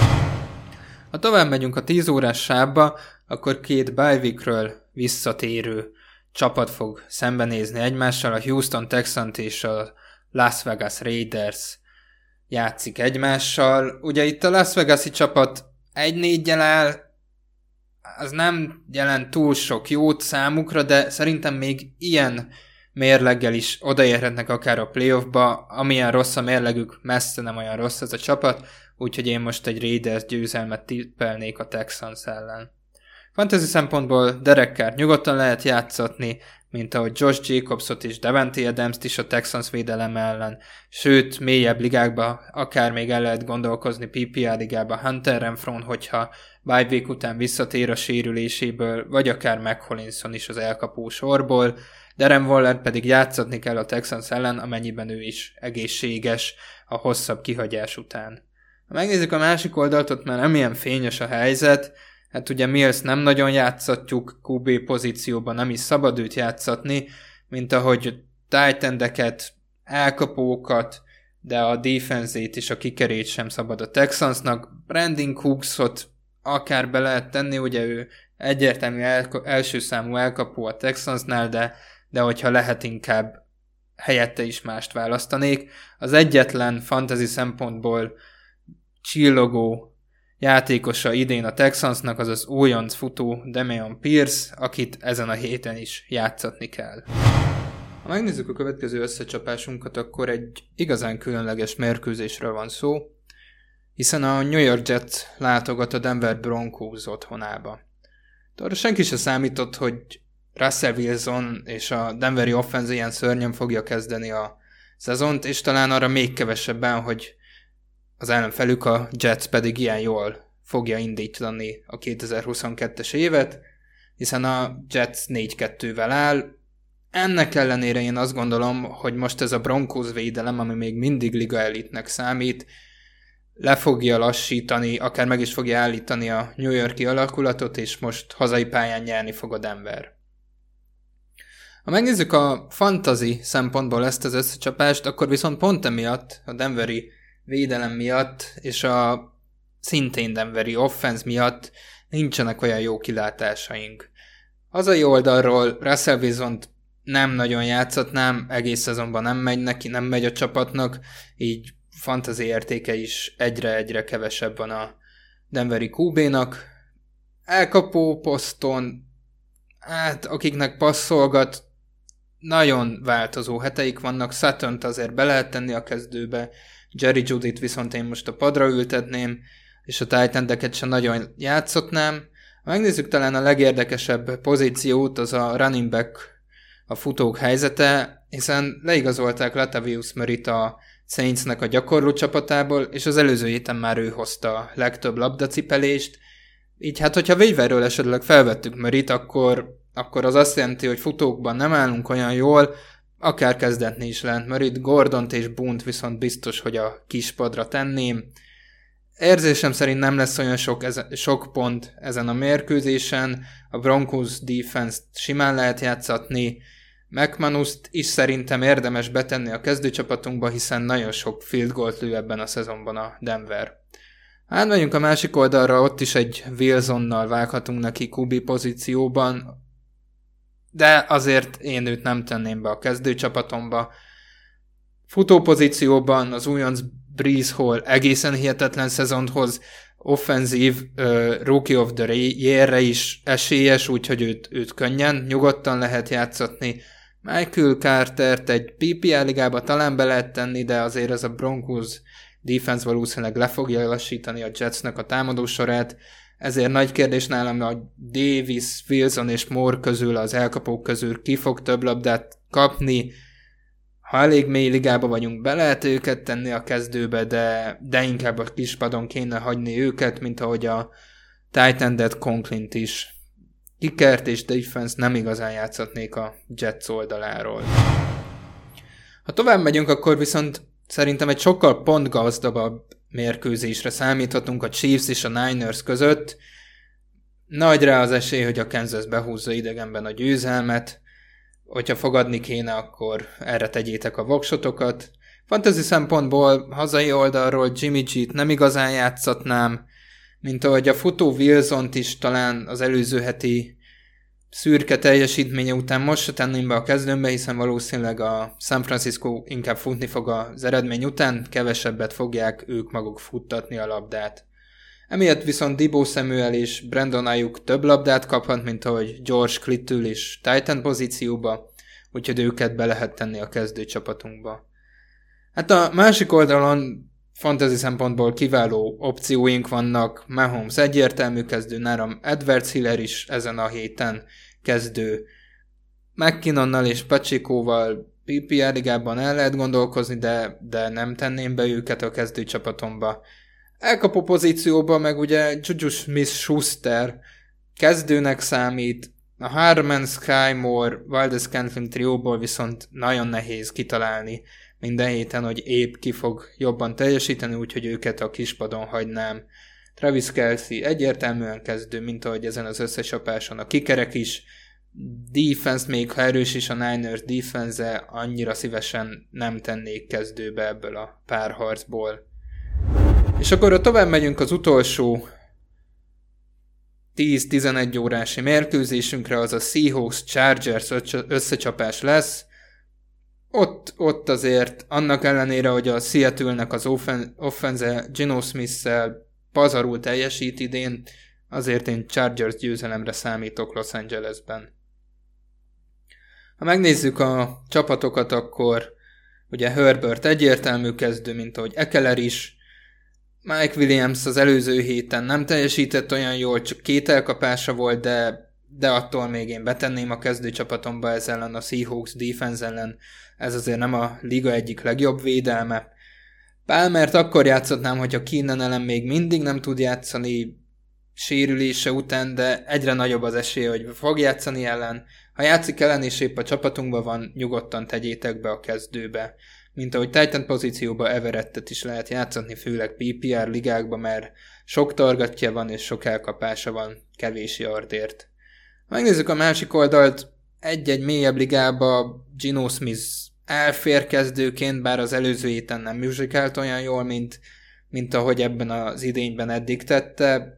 Ha tovább megyünk a tíz órás sávba, akkor két bye weekről visszatérő csapat fog szembenézni egymással, a Houston Texans és a Las Vegas Raiders játszik egymással. Ugye itt a Las Vegas-i csapat egy négyel áll, az nem jelent túl sok jót számukra, de szerintem még ilyen mérleggel is odaérhetnek akár a playoffba, amilyen rossz a mérlegük, messze nem olyan rossz ez a csapat, úgyhogy én most egy Raiders győzelmet tippelnék a Texans ellen. Fantasy szempontból Derek Carr nyugodtan lehet játszatni, mint ahogy Josh Jacobsot és Davante Adams-t is a Texans védelem ellen, sőt, mélyebb ligákba akár még el lehet gondolkozni pé pé er ligába Hunter Renfrown, hogyha bye week után visszatér a sérüléséből, vagy akár McCollinson is az elkapó sorból, Darren Waller pedig játszatni kell a Texans ellen, amennyiben ő is egészséges a hosszabb kihagyás után. Ha megnézzük a másik oldalt, ott már nem ilyen fényes a helyzet, hát ugye Mills nem nagyon játszatjuk, kú bé pozícióban nem is szabad őt játszatni, mint ahogy Titan-deket, elkapókat, de a defense-ét és a kickerét sem szabad a Texansnak. Brandon Cooksot akár be lehet tenni, ugye ő egyértelmű el- első számú elkapó a Texansnál, de, de hogyha lehet, inkább helyette is mást választanék. Az egyetlen fantasy szempontból csillogó játékosa idén a Texansnak az az újonc futó Dameon Pierce, akit ezen a héten is játszatni kell. Ha megnézzük a következő összecsapásunkat, akkor egy igazán különleges mérkőzésről van szó, hiszen a New York Jets látogat a Denver Broncos otthonába. Arra senki se számított, hogy Russell Wilson és a Denveri offense ilyen szörnyen fogja kezdeni a szezont, és talán arra még kevesebben, hogy az ellenfelük a Jets pedig ilyen jól fogja indítani a kétezer-huszonkettes évet, hiszen a Jets négy kettővel áll. Ennek ellenére én azt gondolom, hogy most ez a Broncos védelem, ami még mindig liga elitnek számít, le fogja lassítani, akár meg is fogja állítani a New York-i alakulatot, és most hazai pályán nyerni fog a Denver. Ha megnézzük a fantasy szempontból ezt az összecsapást, akkor viszont pont emiatt, a Denveri védelem miatt, és a szintén Denveri offense miatt nincsenek olyan jó kilátásaink. Hazai oldalról Russell Wilsont nem nagyon játszatnám, egész szezonban nem megy neki, nem megy a csapatnak, így fantasy értéke is egyre-egyre kevesebb van a Denveri kú bénak. Elkapó poszton, hát akiknek passzolgat, nagyon változó heteik vannak, Suttont azért be lehet tenni a kezdőbe, Jerry Jeudyt viszont én most a padra ültetném, és a Titan-deket sem nagyon játszotnám. Ha megnézzük talán a legérdekesebb pozíciót, az a running back, a futók helyzete, hiszen leigazolták Latavius Murrayt a Saintsnek a gyakorló csapatából, és az előző héten már ő hozta a legtöbb labdacipelést. Így hát, hogyha waiverről esetleg felvettük Murrayt, akkor, akkor az azt jelenti, hogy futókban nem állunk olyan jól, akár kezdetni is lehet Murrayt, Gordont és Boone-t viszont biztos, hogy a kispadra tenném. Érzésem szerint nem lesz olyan sok, ezen, sok pont ezen a mérkőzésen, a Broncos defense-t simán lehet játszatni, McManus-t is szerintem érdemes betenni a kezdőcsapatunkba, hiszen nagyon sok field goalt lő ebben a szezonban a Denver. Hát megyünk a másik oldalra, ott is egy Wilsonnal vághatunk neki kú bé pozícióban, de azért én őt nem tenném be a kezdőcsapatomba. Futópozícióban az újonc Breece Hall egészen hihetetlen szezont hoz, offenzív uh, Rookie of the Year-re is esélyes, úgyhogy őt, őt könnyen, nyugodtan lehet játszatni. Michael Cartert egy pé pé er ligába talán be lehet tenni, de azért ez a Broncos defense valószínűleg le fogja lassítani a Jetsnek a támadósorát, ezért nagy kérdés nálam, hogy Davis, Wilson és Moore közül, az elkapók közül ki fog több labdát kapni. Ha elég mély ligába vagyunk, be lehet őket tenni a kezdőbe, de, de inkább a kispadon kéne hagyni őket, mint ahogy a tight endet Conklint is. Kickert és defense nem igazán játszhatnék a Jets oldaláról. Ha tovább megyünk, akkor viszont szerintem egy sokkal pontgazdagabb mérkőzésre számíthatunk a Chiefs és a Niners között. Nagy rá az esély, hogy a Kansas behúzza idegenben a győzelmet. Hogyha fogadni kéne, akkor erre tegyétek a voksotokat. Fantasy szempontból hazai oldalról Jimmy G-t nem igazán játszatnám, mint ahogy a futó Wilsont is talán az előző heti szürke teljesítménye után most se tenném be a kezdőmbe, hiszen valószínűleg a San Francisco inkább futni fog az eredmény után, kevesebbet fogják ők maguk futtatni a labdát. Emiatt viszont Deebo Samuel és Brandon Ayuk több labdát kaphat, mint ahogy George Kittle is tight end pozícióba, úgyhogy őket be lehet tenni a kezdőcsapatunkba. Hát a másik oldalon fantasy szempontból kiváló opcióink vannak, Mahomes egyértelmű kezdő, nálam Edwards Hiller is ezen a héten kezdő. McKinnonnal és Pachecoval pé pé er ligában el lehet gondolkozni, de, de nem tenném be őket a kezdőcsapatomba. Elkapó pozícióban meg ugye Juju Smith-Schuster kezdőnek számít, a Harman, Sky Moore, Valdez-Scantling trióból viszont nagyon nehéz kitalálni minden héten, hogy épp ki fog jobban teljesíteni, úgyhogy őket a kispadon hagynám. Travis Kelce egyértelműen kezdő, mint ahogy ezen az összecsapáson a kikerek is. Defense, még ha erős is a Niners defense, annyira szívesen nem tennék kezdőbe ebből a párharcból. És akkor ha tovább megyünk az utolsó tíz-tizenegy órási mérkőzésünkre, az a Seahawks Chargers összecsapás lesz. Ott, ott azért annak ellenére, hogy a Seattle-nek az offen- offense Geno Smith-szel pazarul teljesít idén, azért én Chargers győzelemre számítok Los Angelesben. Ha megnézzük a csapatokat, akkor ugye Herbert egyértelmű kezdő, mint ahogy Ekeler is. Mike Williams az előző héten nem teljesített olyan jól, csak két elkapása volt, de, de attól még én betenném a kezdőcsapatomba ez ellen, a Seahawks defense ellen. Ez azért nem a liga egyik legjobb védelme. Palmert akkor játszhatnám, hogyha Keenan ellen még mindig nem tud játszani sérülése után, de egyre nagyobb az esély, hogy fog játszani ellen. Ha játszik ellen és épp a csapatunkban van, nyugodtan tegyétek be a kezdőbe. Mint ahogy Titan pozícióban Everettet is lehet játszani, főleg pé pé er ligákban, mert sok targetja van és sok elkapása van kevés yardért. Ha megnézzük a másik oldalt, egy-egy mélyebb ligába Geno Smith elfér kezdőként, bár az előző héten nem muzsikált olyan jól, mint, mint ahogy ebben az idényben eddig tette.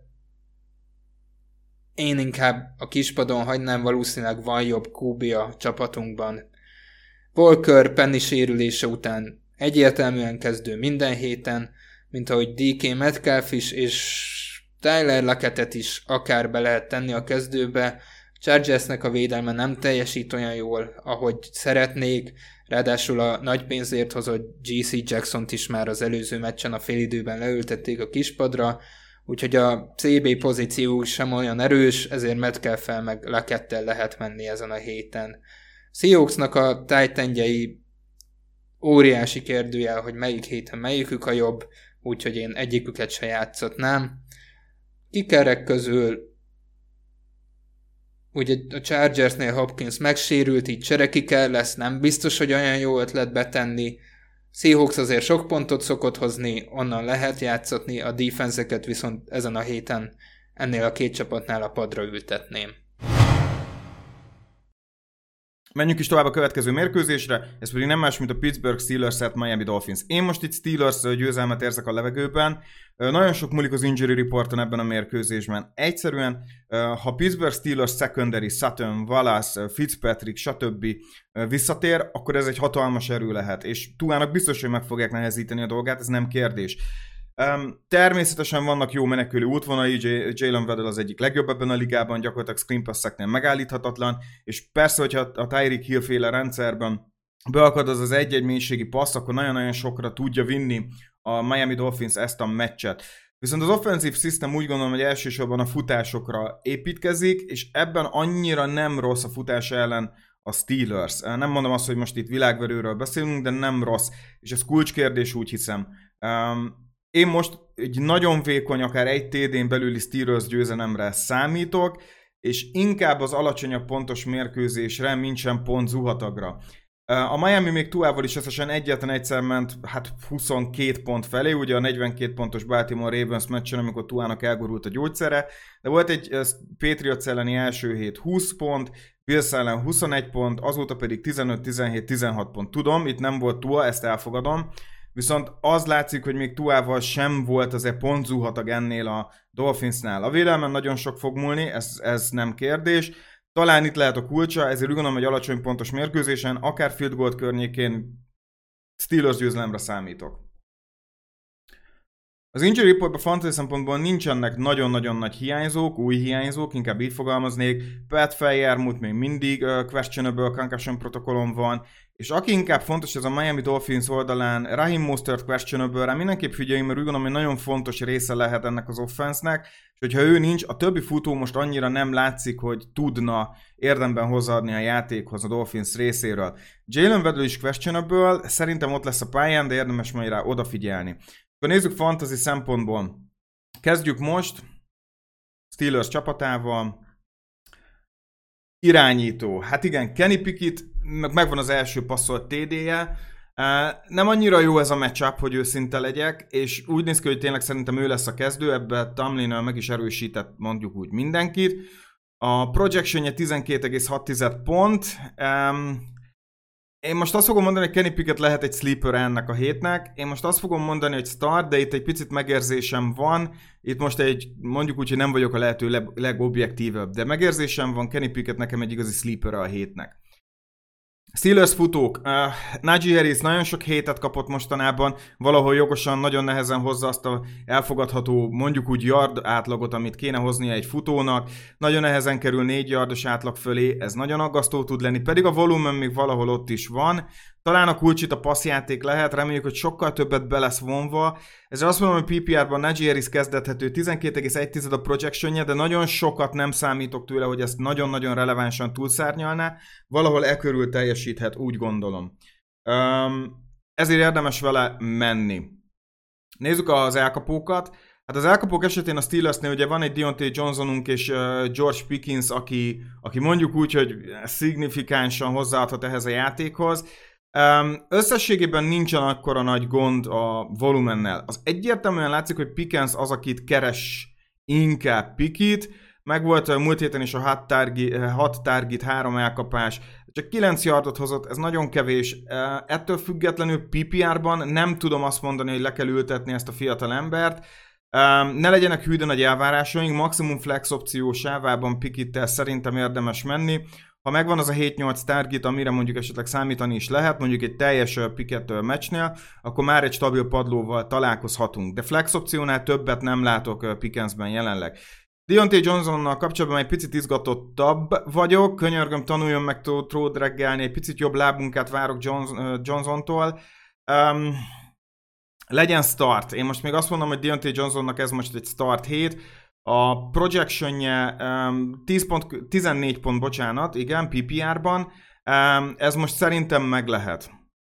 Én inkább a kispadon hagynám, valószínűleg van jobb kú bé a csapatunkban. Walker Penny sérülése után egyértelműen kezdő minden héten, mint ahogy dé ká Metcalf is, és Tyler Lockettet is akár be lehet tenni a kezdőbe. Chargersnek a védelme nem teljesít olyan jól, ahogy szeretnék, ráadásul a nagy pénzért hozott gé cé Jacksont is már az előző meccsen a félidőben leültették a kispadra, úgyhogy a cé bé pozíció sem olyan erős, ezért Metcalf-fel meg Lockettel lehet menni ezen a héten. Seahawksnak a tight-endjei óriási kérdőjel, hogy melyik héten melyikük a jobb, úgyhogy én egyiküket se játszatnám. Kikerek közül ugye a Chargersnél Hopkins megsérült, így cserekiker lesz, nem biztos, hogy olyan jó ötlet betenni. Seahawks azért sok pontot szokott hozni, onnan lehet játszatni, a defense-eket viszont ezen a héten ennél a két csapatnál a padra ültetném. Menjünk is tovább a következő mérkőzésre, ez pedig nem más, mint a Pittsburgh Steelers at Miami Dolphins. Én most itt Steelers győzelmet érzek a levegőben. Nagyon sok múlik az injury reporton ebben a mérkőzésben. Egyszerűen, ha Pittsburgh Steelers secondary, Sutton, Wallace, Fitzpatrick, stb. Visszatér, akkor ez egy hatalmas erő lehet. És Tuának biztos, hogy meg fogják nehezíteni a dolgát, ez nem kérdés. Um, természetesen vannak jó menekülő útvonalai, Jalen Waddle az egyik legjobb ebben a ligában, gyakorlatilag screen passeknél megállíthatatlan, és persze, hogyha a Tyreek Hill féle rendszerben beakad az az egy-egy mélységi passz, akkor nagyon-nagyon sokra tudja vinni a Miami Dolphins ezt a meccset. Viszont az offensive system úgy gondolom, hogy elsősorban a futásokra építkezik, és ebben annyira nem rossz a futás ellen a Steelers. Nem mondom azt, hogy most itt világverőről beszélünk, de nem rossz, és ez kulcskérdés, úgy hiszem. Um, én most egy nagyon vékony, akár egy té dén belüli Steelers győzelemre számítok, és inkább az alacsonyabb pontos mérkőzésre, mint sem pont zuhatagra. A Miami még Tuával is összesen egyetlen egyszer ment hát huszonkét pont felé, ugye a negyvenkét pontos Baltimore Ravens meccsen, amikor Tuának elgurult a gyógyszere, de volt egy Patriots elleni első hét húsz pont, Bills ellen huszonegy pont, azóta pedig tizenöt tizenhét tizenhat pont. Tudom, itt nem volt Tua, ezt elfogadom, viszont az látszik, hogy még Tuával sem volt azért pont zuhatag ennél a Dolphinsnál. A védelmen nagyon sok fog múlni, ez, ez nem kérdés. Talán itt lehet a kulcsa, ezért úgy gondolom, hogy alacsony pontos mérkőzésen, akár field goal környékén Steelers győzelemre számítok. Az injury reportban fantasy szempontból nincsenek nagyon-nagyon nagy hiányzók, új hiányzók, inkább így fogalmaznék. Pat Freiermuth még mindig uh, questionable concussion protokollon van, és aki inkább fontos, ez a Miami Dolphins oldalán, Raheem Mostert questionable, rá mindenképp figyeljünk, mert úgy gondolom, hogy nagyon fontos része lehet ennek az offense-nek, és hogyha ő nincs, a többi futó most annyira nem látszik, hogy tudna érdemben hozzáadni a játékhoz a Dolphins részéről. Jalen Waddle is questionable, szerintem ott lesz a pályán, de érdemes majd rá odafigyelni. Akkor nézzük fantasy szempontból. Kezdjük most Steelers csapatával. Irányító. Hát igen, Kenny Pickett, megvan az első passzolt té dé-je. Nem annyira jó ez a matchup, hogy őszinte legyek, és úgy néz ki, hogy tényleg szerintem ő lesz a kezdő, ebben Tomlin meg is erősített mondjuk úgy mindenkit. A projectionje tizenkét egész hat pont. Én most azt fogom mondani, hogy Kenny Pickett lehet egy sleeper ennek a hétnek. Én most azt fogom mondani, hogy start, de itt egy picit megérzésem van. Itt most egy, mondjuk úgy, hogy nem vagyok a lehető leg, legobjektívebb, de megérzésem van, Kenny Pickett nekem egy igazi sleeper a hétnek. Steelers futók. Uh, Najee Harris nagyon sok hétet kapott mostanában, valahol jogosan nagyon nehezen hozza azt a elfogadható, mondjuk úgy yard átlagot, amit kéne hoznia egy futónak. Nagyon nehezen kerül négy yardos átlag fölé, ez nagyon aggasztó tud lenni, pedig a volumen még valahol ott is van. Talán a kulcs itt a passzjáték lehet, reméljük, hogy sokkal többet be lesz vonva. Ezzel azt mondom, hogy pé pé er-ban Najee Harris kezdethető, tizenkét egész egy a projectionje, de nagyon sokat nem számítok tőle, hogy ezt nagyon-nagyon relevánsan túlszárnyalná. Valahol e körül teljesíthet, úgy gondolom. Um, ezért érdemes vele menni. Nézzük az elkapókat. Hát az elkapók esetén a Steelersnél ugye van egy Deontay Johnsonunk és uh, George Pickens, aki, aki mondjuk úgy, hogy szignifikánsan hozzáadhat ehhez a játékhoz. Um, összességében nincsen akkora nagy gond a volumennel. Az egyértelműen látszik, hogy Pickens az, akit keres inkább Pickett. Megvolt a múlt héten is a hat target, hat target, három elkapás, csak kilenc yardot hozott, ez nagyon kevés. Ettől függetlenül pé pé er-ban nem tudom azt mondani, hogy le kell ültetni ezt a fiatal embert. Ne legyenek hű de nagy elvárásaink, maximum flex opció sávában Pickettel szerintem érdemes menni. Ha megvan az a hét-nyolc target, amire mondjuk esetleg számítani is lehet, mondjuk egy teljes Pickett meccsnél, akkor már egy stabil padlóval találkozhatunk. De flex opciónál többet nem látok Pickensben jelenleg. Deontay Johnsonnal kapcsolatban egy picit izgatottabb vagyok, könyörgöm, tanuljon meg tród reggelni, egy picit jobb lábunkát várok Jones, Johnsontól. Um, legyen start. Én most még azt mondom, hogy Deontay Johnsonnak ez most egy start hét. A projectionje um, tíz pont, tizennégy pont, bocsánat, igen, pé pé er-ban. Um, ez most szerintem meg lehet.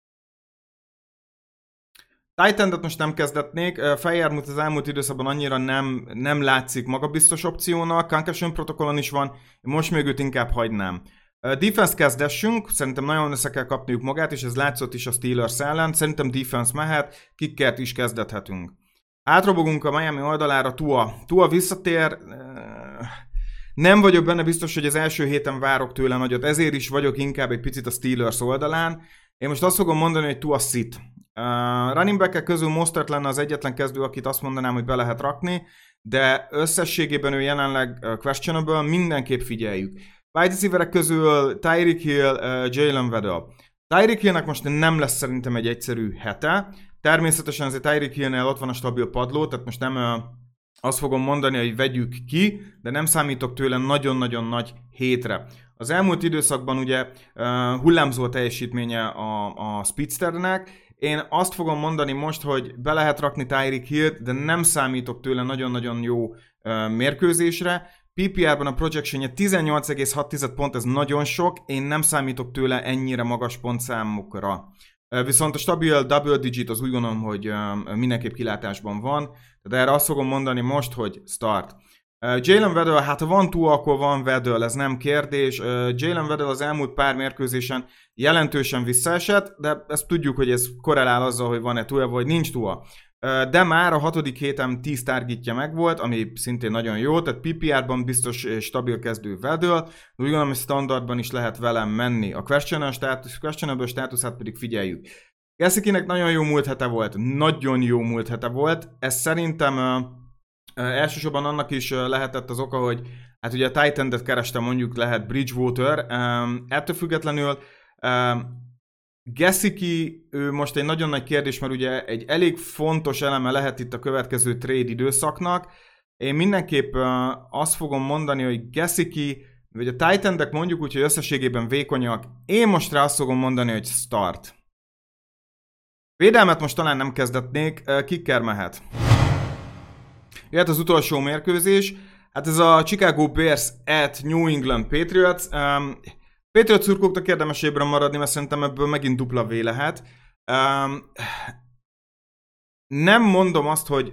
Tight endet most nem kezdetnék, Freiermuth az elmúlt időszakban annyira nem, nem látszik magabiztos opciónak, concussion protokollon is van, most még őt inkább hagynám. Defense kezdessünk, szerintem nagyon össze kell kapniuk magát, és ez látszott is a Steelers ellen, szerintem defense mehet, kickert is kezdethetünk. Átrobogunk a Miami oldalára, Tua. Tua visszatér, nem vagyok benne biztos, hogy az első héten várok tőle nagyot, ezért is vagyok inkább egy picit a Steelers oldalán. Én most azt fogom mondani, hogy Tua sit. Uh, running back-ek közül Mostert lenne az egyetlen kezdő, akit azt mondanám, hogy be lehet rakni, de összességében ő jelenleg uh, questionable, mindenképp figyeljük. Wide receiverek közül Tyreek Hill, uh, Jalen Waddle. Tyreek Hillnek most nem lesz szerintem egy egyszerű hete, Természetesen azért Tyreek Hillnél ott van a stabil padló, tehát most nem uh, azt fogom mondani, hogy vegyük ki, de nem számítok tőle nagyon-nagyon nagy hétre. Az elmúlt időszakban ugye uh, hullámzó a teljesítménye a, a Speedsternek. Én azt fogom mondani most, hogy be lehet rakni Tyreek Hillt, de nem számítok tőle nagyon-nagyon jó uh, mérkőzésre. pé pé er-ben a projectionje tizennyolc egész hat pont, ez nagyon sok, én nem számítok tőle ennyire magas pontszámokra. Uh, viszont a stabil double digit az úgy gondolom, hogy uh, mindenképp kilátásban van, de erre azt fogom mondani most, hogy start. Uh, Jalen Waddle, hát ha van túl, akkor van Waddle, ez nem kérdés. Uh, Jalen Waddle az elmúlt pár mérkőzésen jelentősen visszaesett, de ezt tudjuk, hogy ez korrelál azzal, hogy van-e túl, vagy nincs túl. Uh, de már a hatodik héten tíz targetja megvolt, ami szintén nagyon jó, tehát pé pé er-ban biztos stabil kezdő Waddle, de úgy gondolom, hogy standardban is lehet velem menni. A questionable státusz, questionable státuszát pedig figyeljük. Gesickinek nagyon jó múlt hete volt, nagyon jó múlt hete volt, ez szerintem uh, uh, elsősorban annak is uh, lehetett az oka, hogy hát ugye a tight endet kereste, mondjuk lehet Bridgewater, um, ettől függetlenül um, Gesicki, ő most egy nagyon nagy kérdés, mert ugye egy elég fontos eleme lehet itt a következő trade időszaknak. Én mindenképp uh, azt fogom mondani, hogy Gesicki, vagy a tight endek mondjuk úgy, hogy összességében vékonyak, én most rá azt fogom mondani, hogy start. Védelmet most talán nem kezdetnék, kicker mehet. Jöhet az utolsó mérkőzés, hát ez a Chicago Bears at New England Patriots. Um, Patriots szurkolóknak érdemes ébren maradni, mert szerintem ebből megint dupla V lehet. Um, nem mondom azt, hogy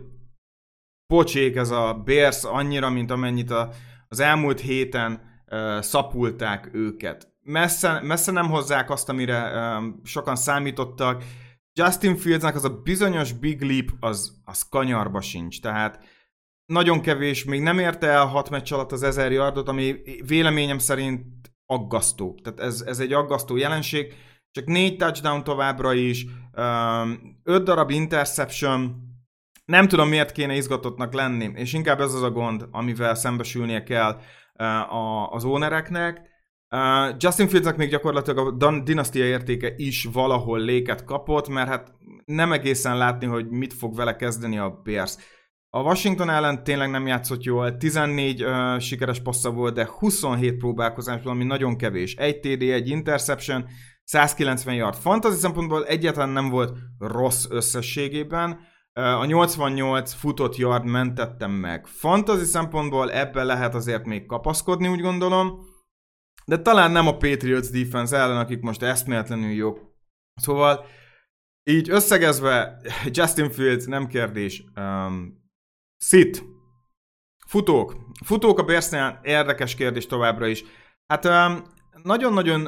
pocsék ez a Bears annyira, mint amennyit a, az elmúlt héten uh, szapulták őket. Messze, messze nem hozzák azt, amire um, sokan számítottak. Justin Fieldsnek az a bizonyos big leap, az, az kanyarba sincs, tehát nagyon kevés, még nem érte el hat meccs alatt az ezer yardot, ami véleményem szerint aggasztó. Tehát ez, ez egy aggasztó jelenség, csak négy touchdown továbbra is, öt darab interception, nem tudom miért kéne izgatottnak lenni, és inkább ez az a gond, amivel szembesülnie kell az ownereknek. Uh, Justin Fieldsnek még gyakorlatilag a dinasztia értéke is valahol léket kapott, mert hát nem egészen látni, hogy mit fog vele kezdeni a Bears. A Washington ellen tényleg nem játszott jól, tizennégy uh, sikeres passza volt, de huszonhét próbálkozásból, ami nagyon kevés. Egy té dé, egy interception, százkilencven yard. Fantasy szempontból egyáltalán nem volt rossz összességében. Uh, a nyolcvannyolc futott yard mentettem meg. Fantasy szempontból ebben lehet azért még kapaszkodni, úgy gondolom. De talán nem a Patriots defense ellen, akik most eszméletlenül jók. Szóval így összegezve Justin Fields, nem kérdés. Um, sit. Futók. Futók a Bearsnél érdekes kérdés továbbra is. Hát um, nagyon-nagyon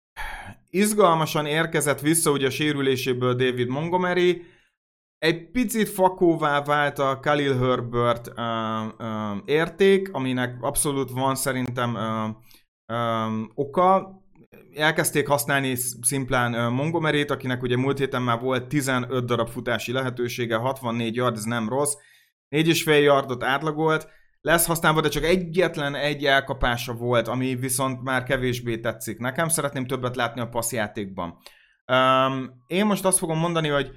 izgalmasan érkezett vissza ugye a sérüléséből David Montgomery. Egy picit fakóvá vált a Khalil Herbert uh, uh, érték, aminek abszolút van szerintem uh, Um, oka. Elkezdték használni szimplán uh, Montgomeryt, akinek ugye múlt héten már volt tizenöt darab futási lehetősége, hatvannégy yard, ez nem rossz. négy és fél yardot átlagolt, lesz használva, de csak egyetlen egy elkapása volt, ami viszont már kevésbé tetszik. Nekem szeretném többet látni a passzjátékban. Um, én most azt fogom mondani, hogy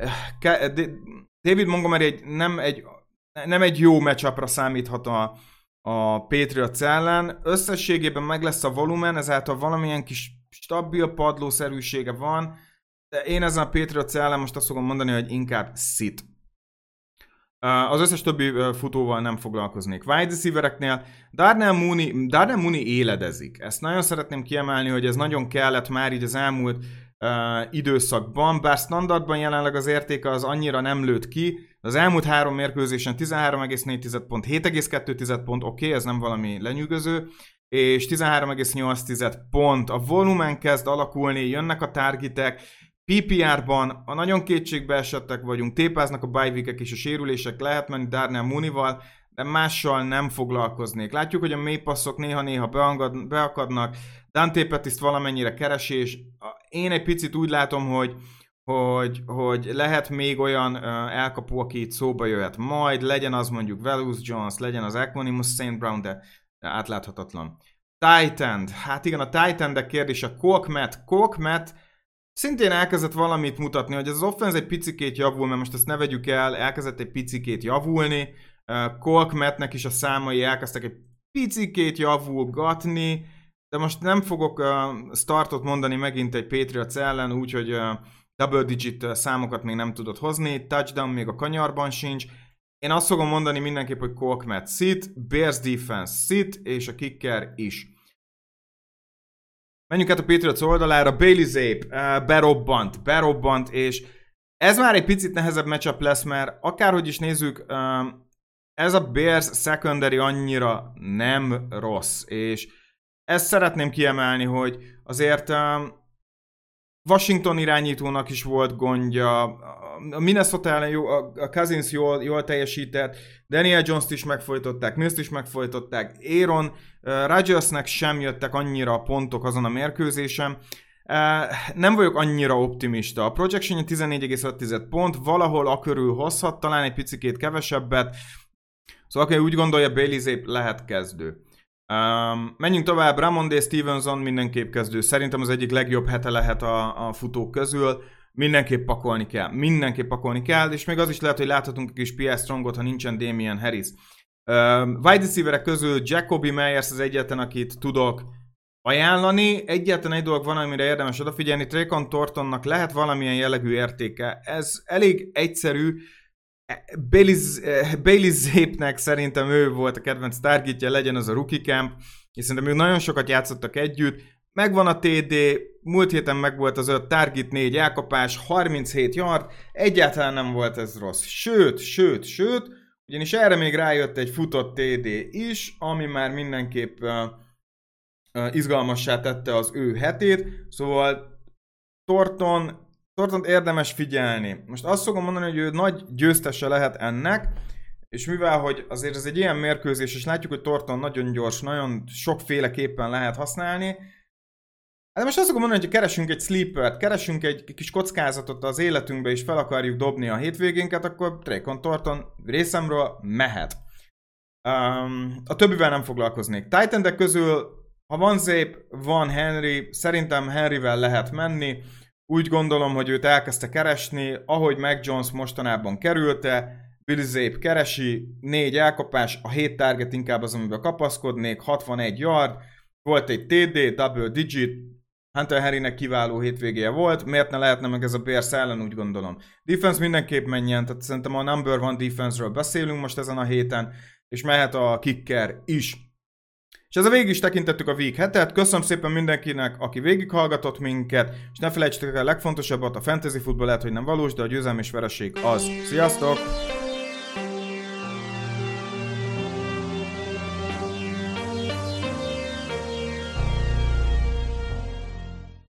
David Montgomery egy, nem, egy, nem egy jó matchupra számíthat a a Patriots ellen. Összességében meg lesz a volumen, ezáltal valamilyen kis stabil padlószerűsége van, de én ezen a Patriots ellen most azt fogom mondani, hogy inkább sit. Az összes többi futóval nem foglalkoznék. Wide receivereknél Darnell Mooney, Darnell Mooney éledezik. Ezt nagyon szeretném kiemelni, hogy ez nagyon kellett már így az elmúlt uh, időszakban, bár standardban jelenleg az értéke az annyira nem lőtt ki. Az elmúlt három mérkőzésen tizenhárom egész négy pont, hét egész kettő pont, oké, okay, ez nem valami lenyűgöző, és tizenhárom egész nyolc pont. A volumen kezd alakulni, jönnek a targetek, pé pé er-ban a nagyon kétségbe esettek vagyunk, tépáznak a bye week-ek és a sérülések, lehet menni Darnell Mooney-val, de mással nem foglalkoznék. Látjuk, hogy a mély passzok néha-néha beakadnak, Dante Pettis valamennyire keresés. Én egy picit úgy látom, hogy Hogy, hogy lehet még olyan uh, elkapó, aki itt szóba jöhet majd, legyen az mondjuk Velus Jones, legyen az Equanimus Saint Brown, de, de átláthatatlan. Tight end. Hát igen, a tight endek kérdése. Cole Kmet. Cole Kmet szintén elkezdett valamit mutatni, hogy ez az offense egy picikét javul, mert most ezt ne vegyük el, elkezdett egy picikét javulni, uh, Cole Kmetnek is a számai elkezdtek egy picikét javulgatni, de most nem fogok uh, startot mondani megint egy Patriots ellen, úgyhogy uh, double digit uh, számokat még nem tudott hozni, touchdown még a kanyarban sincs. Én azt fogom mondani mindenképp, hogy Cole Kmet sit, Bears defense sit, és a kicker is. Menjünk át a Patriots oldalára, Bailey Zappe uh, berobbant, berobbant, és ez már egy picit nehezebb matchup lesz, mert akárhogy is nézzük, um, ez a Bears secondary annyira nem rossz, és ezt szeretném kiemelni, hogy azért um, Washington irányítónak is volt gondja, a Minnesota ellen jó, a Cousins jól, jól teljesített, Daniel Jones-t is megfojtották, Mills-t is megfojtották, Aaron uh, Rodgersnek sem jöttek annyira a pontok azon a mérkőzésen. Uh, nem vagyok annyira optimista. A projection tizennégy egész öt pont, valahol a körül hozhat, talán egy picikét kevesebbet. Szóval aki úgy gondolja, Bailey Zappe lehet kezdő. Um, menjünk tovább, Ramondre Stevenson mindenképp kezdő. Szerintem az egyik legjobb hete lehet a, a futók közül. Mindenképp pakolni kell. Mindenképp pakolni kell, és még az is lehet, hogy láthatunk egy kis P S Strongot, ha nincsen Damian Harris. Um, wide receiverek közül Jacoby Meyers az egyetlen, akit tudok ajánlani. Egyetlen egy dolog van, amire érdemes odafigyelni. Trayvon Thorntonnak lehet valamilyen jellegű értéke. Ez elég egyszerű. Bailey, Bailey Zappe-nek szerintem ő volt a kedvenc targetje, legyen az a rookie camp, és szerintem ők nagyon sokat játszottak együtt. Megvan a té dé, múlt héten meg volt az öt target, négy elkapás, harminchét yard, egyáltalán nem volt ez rossz. Sőt, sőt, sőt, ugyanis erre még rájött egy futott té dé is, ami már mindenképp uh, uh, izgalmassá tette az ő hetét, szóval Thornton Thorntont érdemes figyelni. Most azt fogom mondani, hogy ő nagy győztese lehet ennek, és mivel, hogy azért ez egy ilyen mérkőzés, és látjuk, hogy Thornton nagyon gyors, nagyon sokféleképpen lehet használni, hát most azt fogom mondani, hogy keresünk egy sleepert, keresünk egy kis kockázatot az életünkbe, és fel akarjuk dobni a hétvégénket, akkor Trayvon Thornton részemről mehet. Um, a többivel nem foglalkoznék. Titan-ek közül, ha van Zappe, van Henry, szerintem Henryvel lehet menni. Úgy gondolom, hogy őt elkezdte keresni, ahogy Mac Jones mostanában kerülte, Bailey Zappe keresi, négy elkapás, a hét target inkább az, amiben kapaszkodnék, hatvanegy yard, volt egy té dé, double digit, Hunter Henrynek kiváló hétvégéje volt, miért ne lehetne meg ez a Bears ellen, úgy gondolom. Defense mindenképp menjen, tehát szerintem a number one defense-ről beszélünk most ezen a héten, és mehet a kicker is. És ez a végig is tekintettük a Week hetet. Köszönöm szépen mindenkinek, aki végighallgatott minket, és ne felejtsétek el a legfontosabbat, a fantasy futball lehet, hogy nem valós, de a győzelem és vereség az. Sziasztok!